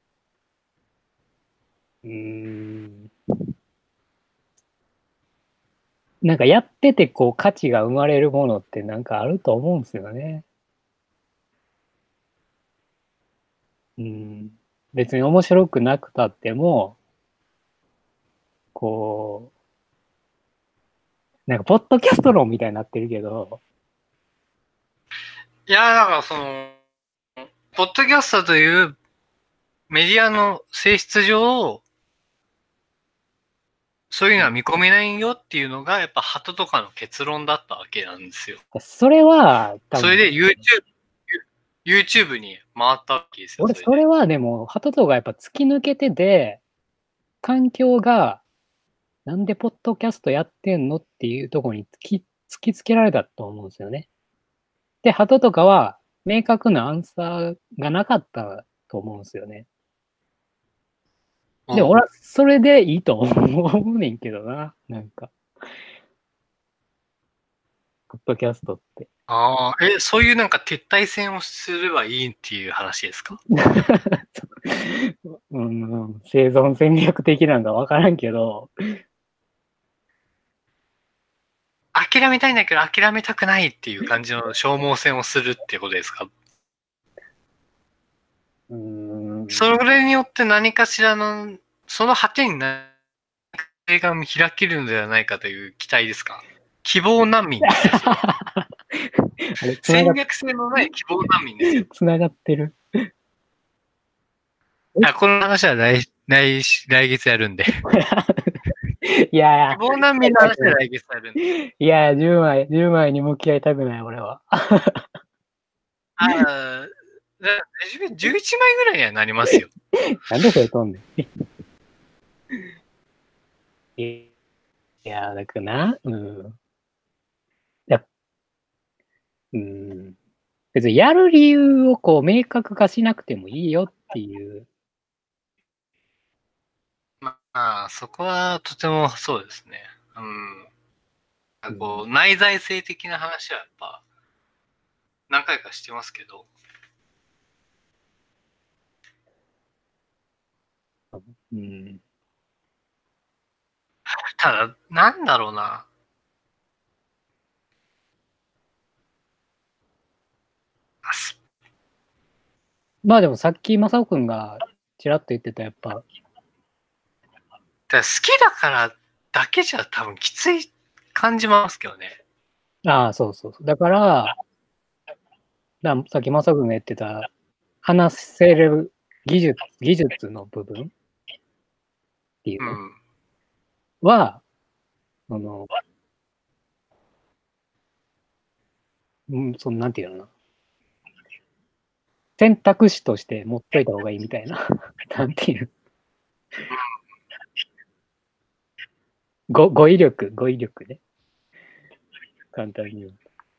うーん。なんかやっててこう価値が生まれるものってなんかあると思うんですよね。うん。別に面白くなくたっても、こう、なんかポッドキャスト論みたいになってるけど、 いや、だからその、ポッドキャストというメディアの性質上、そういうのは見込めないよっていうのが、やっぱ鳩とかの結論だったわけなんですよ。 それは多分、 それで YouTube、YouTube に回ったわけですよ、 俺それで。 それはでも、ハトトがやっぱ突き抜けてて、環境がなんでポッドキャストやってんのっていうところに突き、突きつけられたと思うんですよね。で、ハトとかは明確なアンサーがなかったと思うんですよね。でも俺はそれでいいと思うねんけどな。なんか、ポッドキャストって。 ああ、え、そういうなんか撤退戦をすればいいっていう話ですか？ うん、生存戦略的なんかわからんけど、 諦めたいんだけど諦めたくないっていう感じの消耗戦をするっていうことですか？ うん、 それによって何かしらの、その果てに何かが開けるのではないかという期待ですか？希望難民ですよ、それは。 あれ、つながっ、 戦略性のない希望難民ですよ。 つながってる。 あ、この話は来、来、来月やるんで。 いや希望難民の話は来月やるんで。 いや、じゅうまい、じゅうまいに向き合いたくない、俺は。 ああ、じゅういちまいぐらいにはなりますよ。 なんでそれとんねん。いや、だからな、うん。や、うん。別にやる理由をこう明確化しなくてもいいよっていう。 まあ、そこはとてもそうですね。うん。こう、 うん、 内在性的な話はやっぱ何回かしてますけど、 うん、 ただ、なんだろうな。 まあでもさっき正雄くんがちらっと言ってたやっぱ、 好きだからだけじゃ多分きつい感じますけどね。 ああ、そうそうそう。だから、ださっき正雄くんが言ってた、話せる技術、技術の部分っていうのうん。 は、その、うん、その、なんていうのかな。選択肢として持っといた方がいいみたいな。なんていう。語語彙力、語彙力ね。簡単に言う。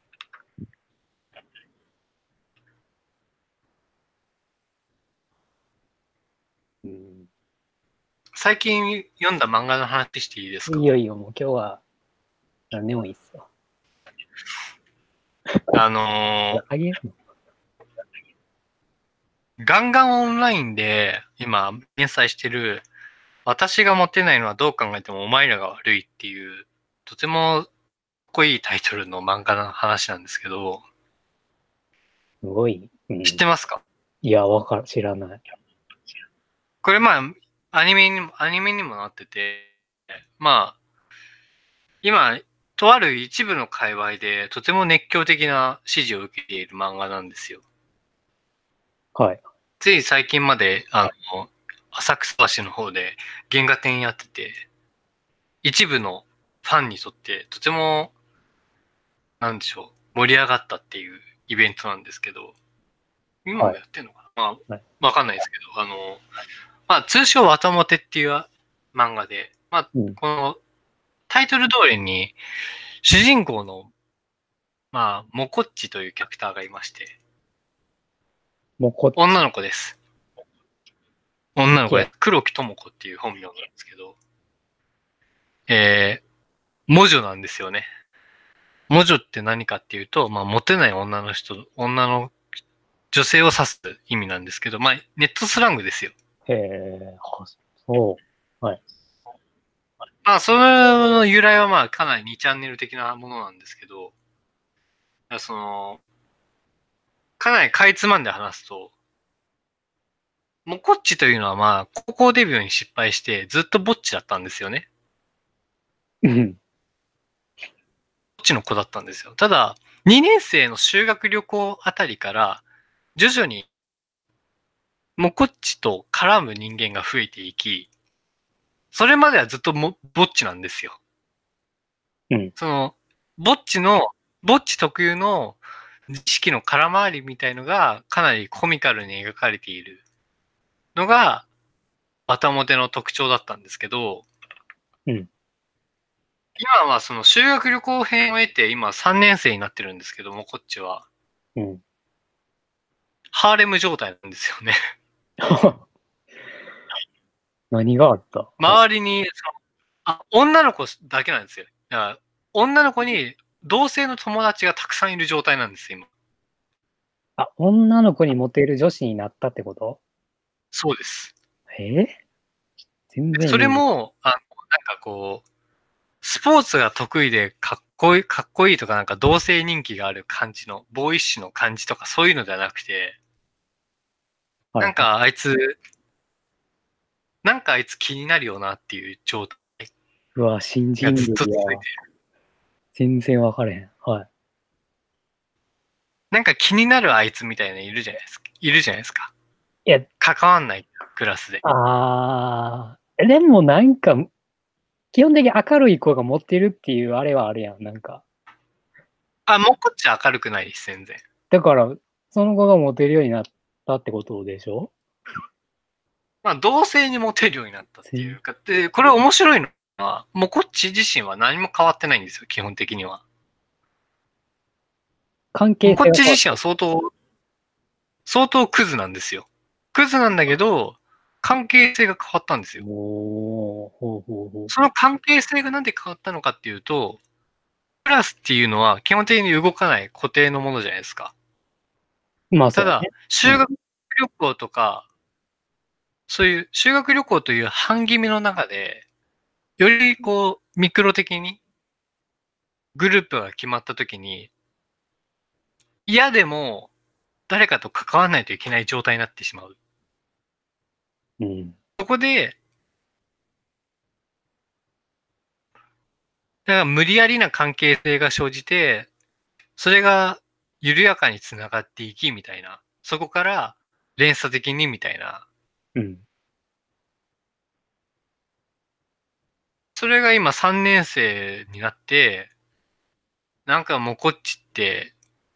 うん、 最近読んだ漫画の話していいですか？ いいよいいよ、もう今日は何でもいいっすよ。 あのあげるのー、ガンガンオンラインで今連載してる私がモテないのはどう考えてもお前らが悪いっていうとてもかっこいいタイトルの漫画の話なんですけど、 すごい。うん、 知ってますか？ いや、わから、知らない。 これまあ、アニメにも、アニメにもなってて、まあ、今、 とある一部の界隈でとても熱狂的な支持を受けている漫画なんですよ。 はい。 つい最近まで、あの、浅草橋の方で原画展やってて、一部のファンにとってとても、なんでしょう、盛り上がったっていうイベントなんですけど、今もやってんのかな、まあ、 はい。 わかんないですけど、あの、まあ、通称わたもてっていう漫画で、まあ、 うん。 このタイトル通りに、主人公の、まあ、モコッチというキャラクターがいまして、 もうこっ女の子です。女の子ちや。 です。黒木智子っていう本名なんですけど、えー、魔女なんですよね。魔女って何かっていうと、まあ、モテない女の人、女の女性を指す意味なんですけど、まあ、ネットスラングですよ。 へえ、あ、そう。はい。 まあ、その由来はまあ、かなりにチャンネル的なものなんですけど、その、かなりかいつまんで話すと、モコッチというのはまあ、高校デビューに失敗してずっとぼっちだったんですよね。 うん。 ぼっちの子だったんですよ。ただ、にねん生の修学旅行あたりから、徐々にモコッチと絡む人間が増えていき、それまではずっともぼっちなんですよ。 うん。 その、ぼっちの、ぼっち特有の知識の空回りみたいのがかなりコミカルに描かれているのが、バタモテの特徴だったんですけど、 うん。 今はその修学旅行編を得て、今さんねん生になってるんですけども、こっちは。 うん。 ハーレム状態なんですよね。 何があった？はい。 周りに、そのあ、女の子だけなんですよ。だから、女の子に同性の友達がたくさんいる状態なんですよ、今。 あ、女の子にモテる女子になったってこと？ そうです。 え全然イそれメージ。 も、あの、なんかこう、スポーツが得意でかっこいい、かっこいいとかなんか同性人気がある感じの、ボーイッシュの感じとかそういうのではなくて、なんはいはい。 かあいつ、なんかあいつ気になるよなっていう状態うわ、新人がずっと続いて類や。 る。 全然分かれへん。はい。 なんか気になるあいつみたいなのいるじゃないですか。いるじゃないですか。 いや、 関わんないクラスで。 あー、でもなんか、基本的に明るい子が持ってるっていうあれはあるやん。なんか。 あ、もうこっちは明るくないです、全然。 だから、その子がモテるようになったってことでしょ？ まあ、同性にモテるようになったってい全うか、で、これ面白いのは、もうこっち自身は何も変わってないんですよ、基本的には。 関係もうこっ性が変わっち自身は相当、相当クズなんですよ。クズなんだけど、関係性が変わったんですた。 よ。 おー、ほうほうほその関係性がなんで変わったのかっていうと、クラスっていうのは基本的に動かない固定のものじゃないですか。 う。まあそただ、 うやね。うん。 修学旅行とか、そういう修学旅行という半気味の中で、よりこう、ミクロ的にグループが決まった時に、嫌でも誰かと関わらないといけない状態になってしまう。 うん。 そこで、だから無理やりな関係性が生じて、それが緩やかにつながっていきみたいな。そこから連鎖的にみたいな。 うん。 それが今さんねん生になって、なんかもうこっちって、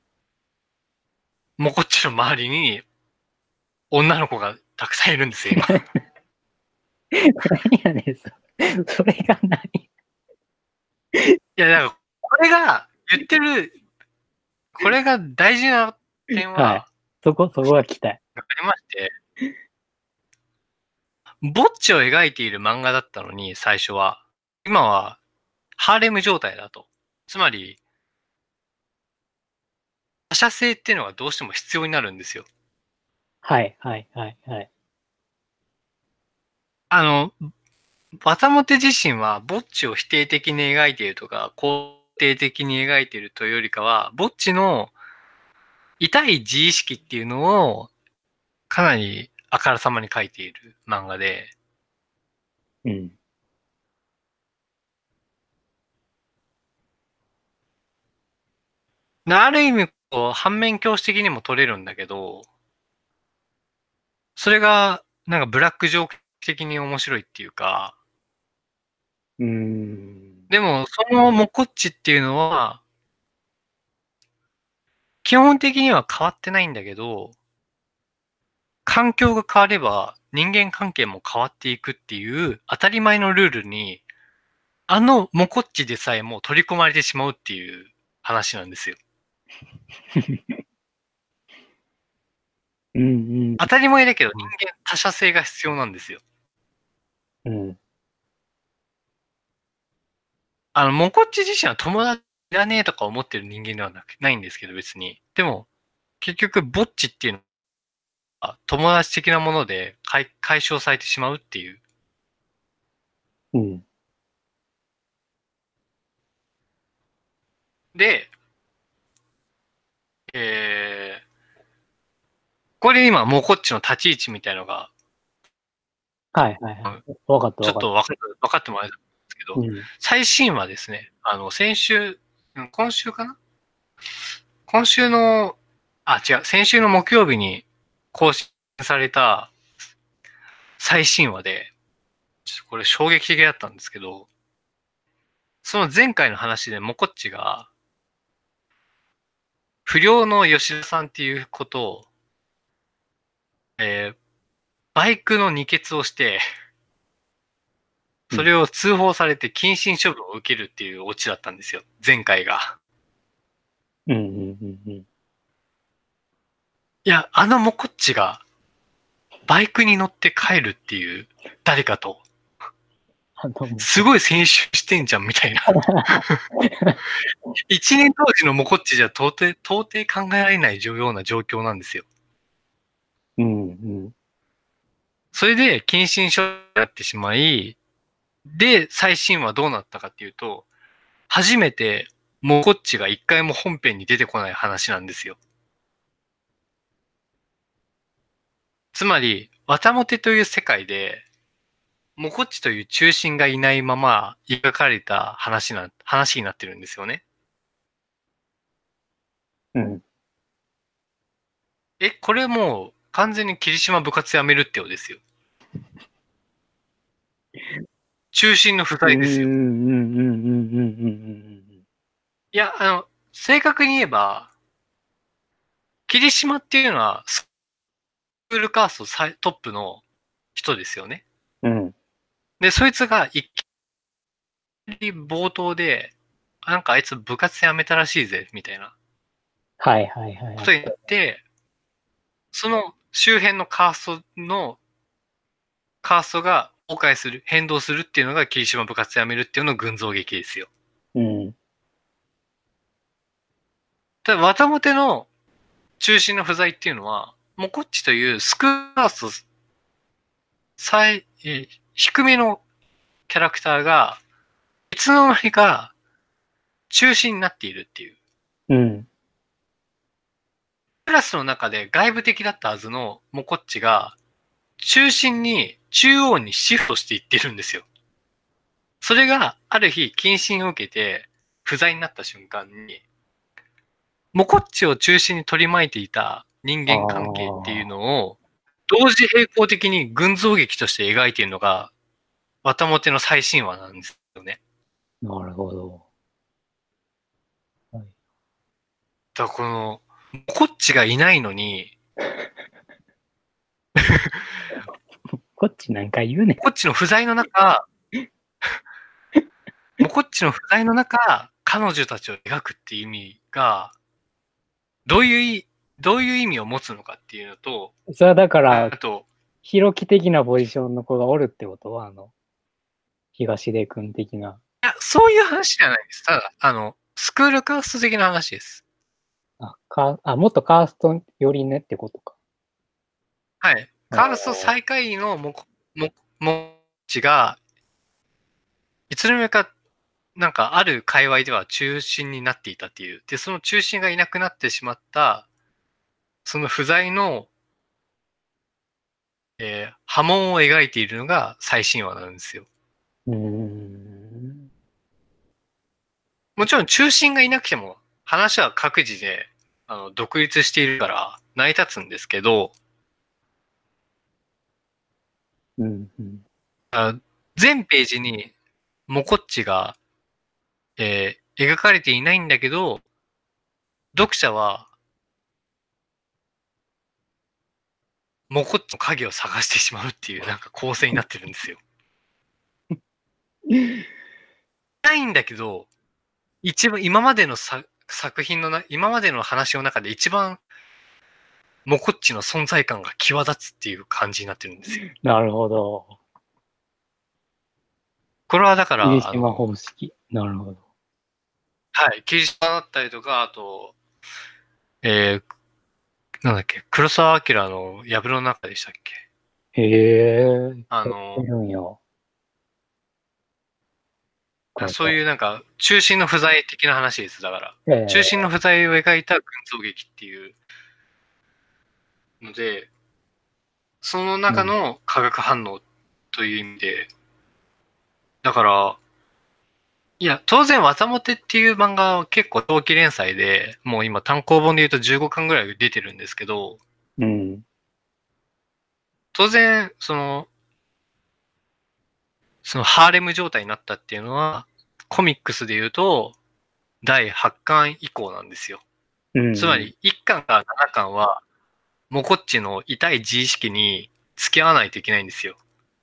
もうこっちの周りに女の子がたくさんいるんですよ、今。 何やねん、それ。それが何？ いや、だからこれが言ってる、これが大事な点はい。 は、 そこ、そこが聞きたい。 わかりまして、ぼっちを描いている漫画だったのに、最初は。今は、ハーレム状態だと。つまり、他者性っていうのがどうしても必要になるんですよ。 はい、はい、はい、はい。 あの、バタモテ自身は、ぼっちを否定的に描いているとか、肯定的に描いているというよりかは、ぼっちの痛い自意識っていうのを、かなりあからさまに描いている漫画で、 うん。 ある意味、こう、反面教師的にも取れるんだけど、それが、なんかブラックジョーク的に面白いっていうか、 うーん。 でも、そのモコッチっていうのは、基本的には変わってないんだけど、環境が変われば人間関係も変わっていくっていう当たり前のルールに、あのモコッチでさえも取り込まれてしまうっていう話なんですよ。 うんうん当たり前だけど人間他者性が必要なんですよ。 うん。 あの、モコッチ自身は友達いらねえとか思ってる人間ではなく、ないんですけど別に。でも、結局、ぼっちっていうのは友達的なもので解解消されてしまうっていう。 うん。 で、えー、これ今、モコッチの立ち位置みたいのが、 はいはいはい。わかったちょっわかった。 と分か分かってもらえたんですけど、 うん。 最新話ですね、あの、先週、今週かな今週の、あ、違う、先週の木曜日に更新された最新話で、ちょっとこれ衝撃的だったんですけど、その前回の話でモコッチが、不良の吉田さんっていうことを、えー、バイクの二欠をして、それを通報されて謹慎処分を受けるっていうオチだったんですよ。前回が。 うんうんうんうん。 いや、あのモコッチがバイクに乗って帰るっていう、誰かと。 あの、もすごい青春してんじゃんみたいな。一年当時のモコッチじゃ到底、到底考えられないような状況なんですよ。 う。うんうん。 それで謹慎処分になってしまい、で、最新話どうなったかっていうと、初めてモコッチが一回も本編に出てこない話なんですよ。つまり、綿モテという世界で、モコッチという中心がいないまま描かれた話な、話になってるんですよね。 うん。 え、これもう完全に霧島部活やめるってようですよ。中心の不うんう在ですよ。 んうんうんうんうんうんいや、あの、正確に言えば、霧島っていうのはスクールカースト最トップの人ですよね。 うん。うん。 で、そいつがいきなり冒頭で、なんかあいつ部活やめたらしいぜ、みたいなはいはいはい。 ことになって、その周辺のカーストの、カーストが崩壊する、変動するっていうのが霧島部活やめるっていうのの群像劇ですよ。 うん。 ただ、綿モテの中心の不在っていうのは、もうこっちというスクールカースト最、え低めのキャラクターが、いつの間にか中心になっているっていう。 うん。 クラスの中で外部的だったはずのモコッチが、中心に、中央にシフトしていってるんですよ。それが、ある日、謹慎を受けて、不在になった瞬間に、モコッチを中心に取り巻いていた人あ間関係っていうあ。 のを、同時並行的に群像劇として描いているのが、綿モテの最新話なんですよね。 なるほど。はい。 だからこの、モコッチがいないのに、 こっちなんか言うねん。 モコッチの不在の中、モコッチの不在の中、彼女たちを描くっていう意味が、どういうい、どういう意味を持つのかっていうのと、 それはだから、 あと、 ヒロキ的なポジションの子がおるってことは、あの、東出くん的な。 いや、そういう話じゃないです。ただ、あの、スクールカースト的な話です。 あ、か、あ、もっとカースト寄りねってことか。 はい。 おカーストー。 最下位のモコ、モ、モチが、いつの間にか、なんかある界隈では中心になっていたっていう。で、その中心がいなくなってしまった、その不在の、えー波紋を描いているのが最新話なんですよ。 うーん。 もちろん中心がいなくても話は各自であの独立しているから成り立つんですけど、 うんうん。 あ全ページにモコッチが、えー描かれていないんだけど、読者はモコッチの影を探してしまうっていうなんか構成になってるんですよ。ないんだけど、一番今までのさ作品のな、今までの話の中で一番モコッチの存在感が際立つっていう感じになってるんですよ。 なるほど。 これはだから、あ霧島の、 方式。なるほど。 はい、霧島だったりとか、あと、えー、なんだっけ、黒澤明の藪の中でしたっけ。 へえ、やってあの、 るんや。これか。 そういうなんか、中心の不在的な話です。だから、 ええ、 中心の不在を描いた群像劇っていうので、その中うん。 の化学反応という意味で、だから、いや、当然、わたもてっていう漫画は結構長期連載で、もう今単行本で言うとじゅうごかんぐらい出てるんですけど、 うん。 当然、その、そのハーレム状態になったっていうのは、コミックスで言うと、だいはちかん以降なんですよ。 うん。 つまり、いっかんからななかんは、もうこっちの痛い自意識に付き合わないといけないんですよ。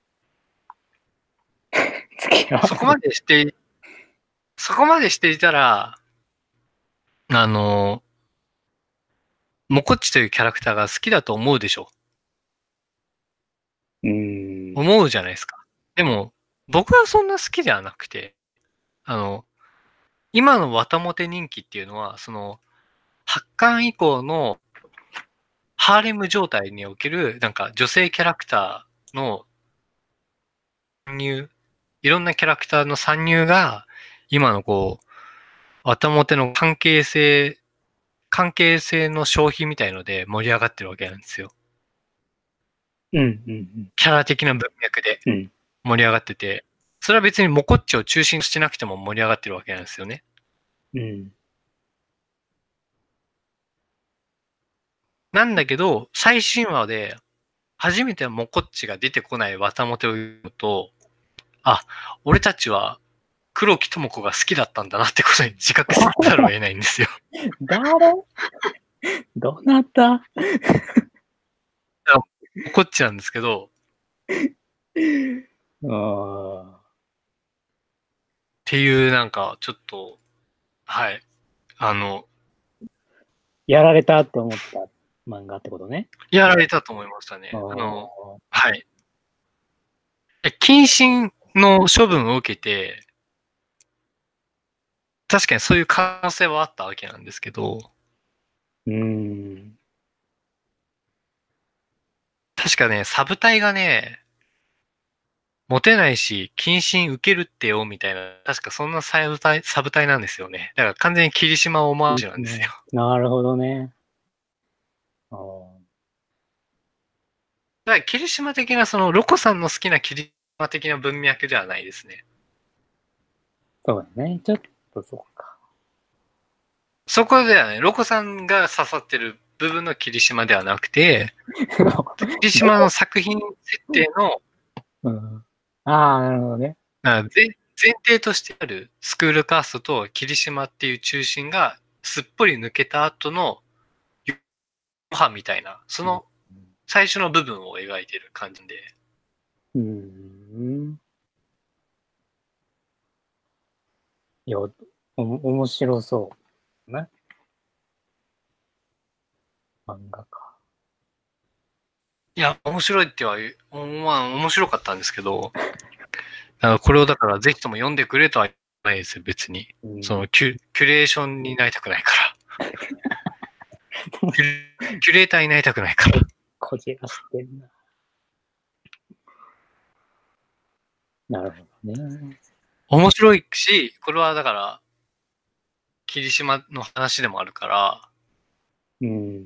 付き合わそこまでして、そこまでしていたら、あの、もこっちというキャラクターが好きだと思うでしょ。 うん。 思うじゃないですか。でも、僕はそんな好きではなくて、あの、今の綿モテ人気っていうのは、その、はちかん以降のハーレム状態における、なんか女性キャラクターの参入、いろんなキャラクターの参入が、今のこう、綿モテの関係性、関係性の消費みたいので盛り上がってるわけなんですよ。 うん。うん。 キャラ的な文脈でうん。 盛り上がってて、それは別にモコッチを中心としてなくても盛り上がってるわけなんですよね。 うん。 なんだけど、最新話で初めてモコッチが出てこない綿モテを言うと、あ、俺たちは黒木智子が好きだったんだなってことに自覚せざるを得ないんですよ。 誰どなたモコッチなんですけど、 ああ。 っていうなんかちょっと、はい、あの、 やられたって思った漫画ってことね。 やられたと思いましたあね。あの、 あ。 はい。謹慎の処分を受けて、確かにそういう可能性はあったわけなんですけど、 うん。 確かね、サブ隊がね、モテないし、謹慎受けるってよ、みたいな、確かそんなサブ隊、サブ隊なんですよね。だから完全に霧島オマージュなんですよ。 なるほどね。ああ。 だから霧島的な、その、ロコさんの好きな霧島的な文脈ではないですね。 そうだね。ちょっとそうか。 そこではね、ロコさんが刺さってる部分の霧島ではなくて、霧島の作品設定の、 うん、ああ、なるほどね。 あ前前提としてあるスクールカーストと霧島っていう中心がすっぽり抜けた後のご飯みたいな、その最初の部分を描いてる感じで。 うん。いや、お、面白そうね。漫画か。 いや、面白いっては、まあ面白かったんですけど、あのこれをだからぜひとも読んでくれとは言わないですよ、別に。 うん、 そのキュ、キュレーションになりたくないから。キュキュレーターになりたくないから。 こじらしてんな。なるほどね。 面白いし、これはだから、霧島の話でもあるから、 うん。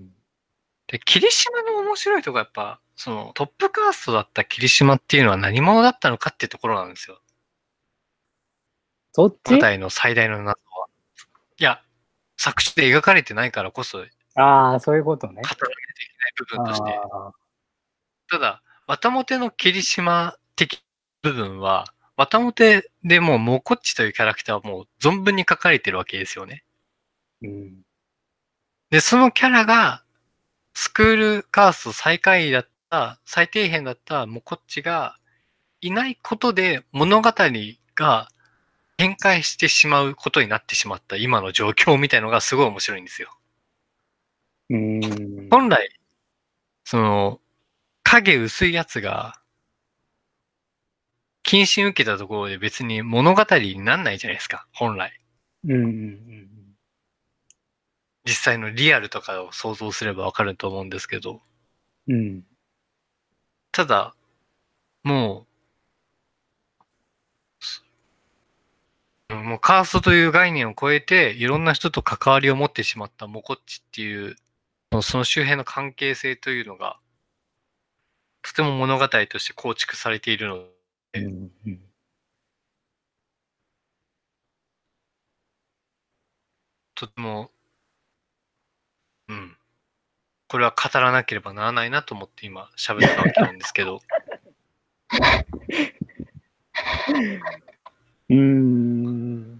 で、霧島の面白いとこやっぱ、そのトップカーストだった霧島っていうのは何者だったのかっていうところなんですよ。 そっち舞台の最大の謎は。いや、 作詞で描かれてないからこそ語ああ、そういうことね。 られていけない部分として。 ああ、 ただ、綿表の霧島的部分は、綿表でもうモコッチというキャラクターはもう存分に描かれてるわけですよね。 うん。 で、そのキャラが、スクールカースト最下位だった、最底辺だったモコッチがいないことで物語が展開してしまうことになってしまった今の状況みたいのがすごい面白いんですよ。 うん。 本来、その、影薄いやつが、謹慎受けたところで別に物語になんないじゃないですか、本来。 うん。うん。 実際のリアルとかを想像すればわかると思うんですけど。 うん。 ただ、もう、もうカーストという概念を超えて、いろんな人と関わりを持ってしまったモコッチっていう、その周辺の関係性というのが、とても物語として構築されているので、 うん。うん。 とても、うん。これは語らなければならないなと思って今喋ったわけなんですけど。 うーん。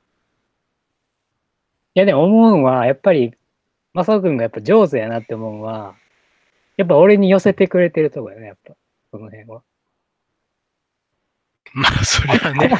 いや、でも思うんは、やっぱり、マサオ君がやっぱ上手やなって思うんは、やっぱ俺に寄せてくれてるとこやね、やっぱ。その辺は。 まあ、それはね。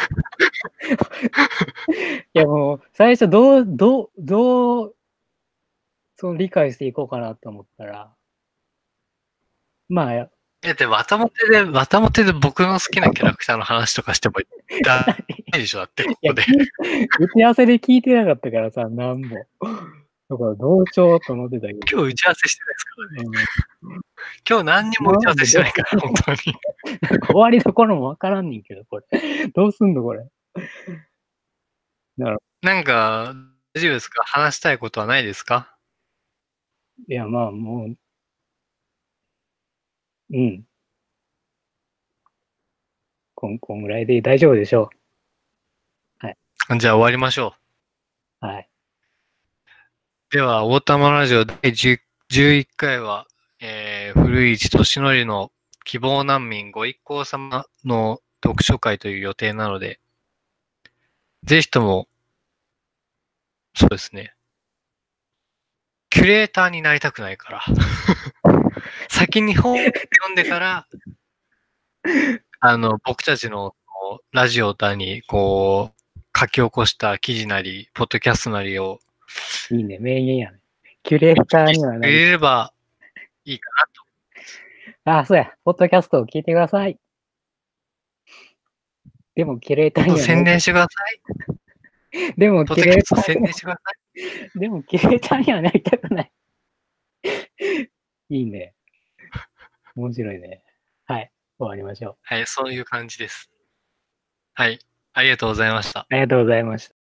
いや、もう、最初どう、どう、どう、その理解していこうかなと思ったら、まあ、やえ、で、綿表で、綿表で僕の好きなキャラクターの話とかしてもダメでしょ、だってこいや、 こで。 打ち合わせで聞いてなかったからさ、なんも。だから、同調と思ってたけど。 今日打ち合わせしてないですからね。 うん、 今日何にも打ち合わせしてないから、本当に。 終わりどころもわからんねんけど、これ。どうすんの、これ。だから、 なんか、大丈夫ですか？話したいことはないですか？ いや、まあ、もう、うん。こん、こんぐらいで大丈夫でしょう。はい。 じゃあ終わりましょはい。 う。では、大玉ラジオだいじゅういっかいは、えー、古市俊則の希望難民ご一行様の読書会という予定なので、ぜひとも、そうですね、キュレーターになりたくないから、先に本を読んでから、あの、僕たちのラジオだに、こう、書き起こした記事なり、ポッドキャストなりをいいね、名言やね。キュレーターにはな入り、 れればいいかあ、そうや、ポッドキャストを聞いてください。でも、キュレータなと。 ーにはなりた宣伝してください。でも、 い。ポッキュドキャストレーターには、 宣伝してください。 でも、キュレーターにはなりたくない。いいね。面白いね。はい。終わりましょう。 はい、そういう感じです。はい、ありがとうございました。 ありがとうございました。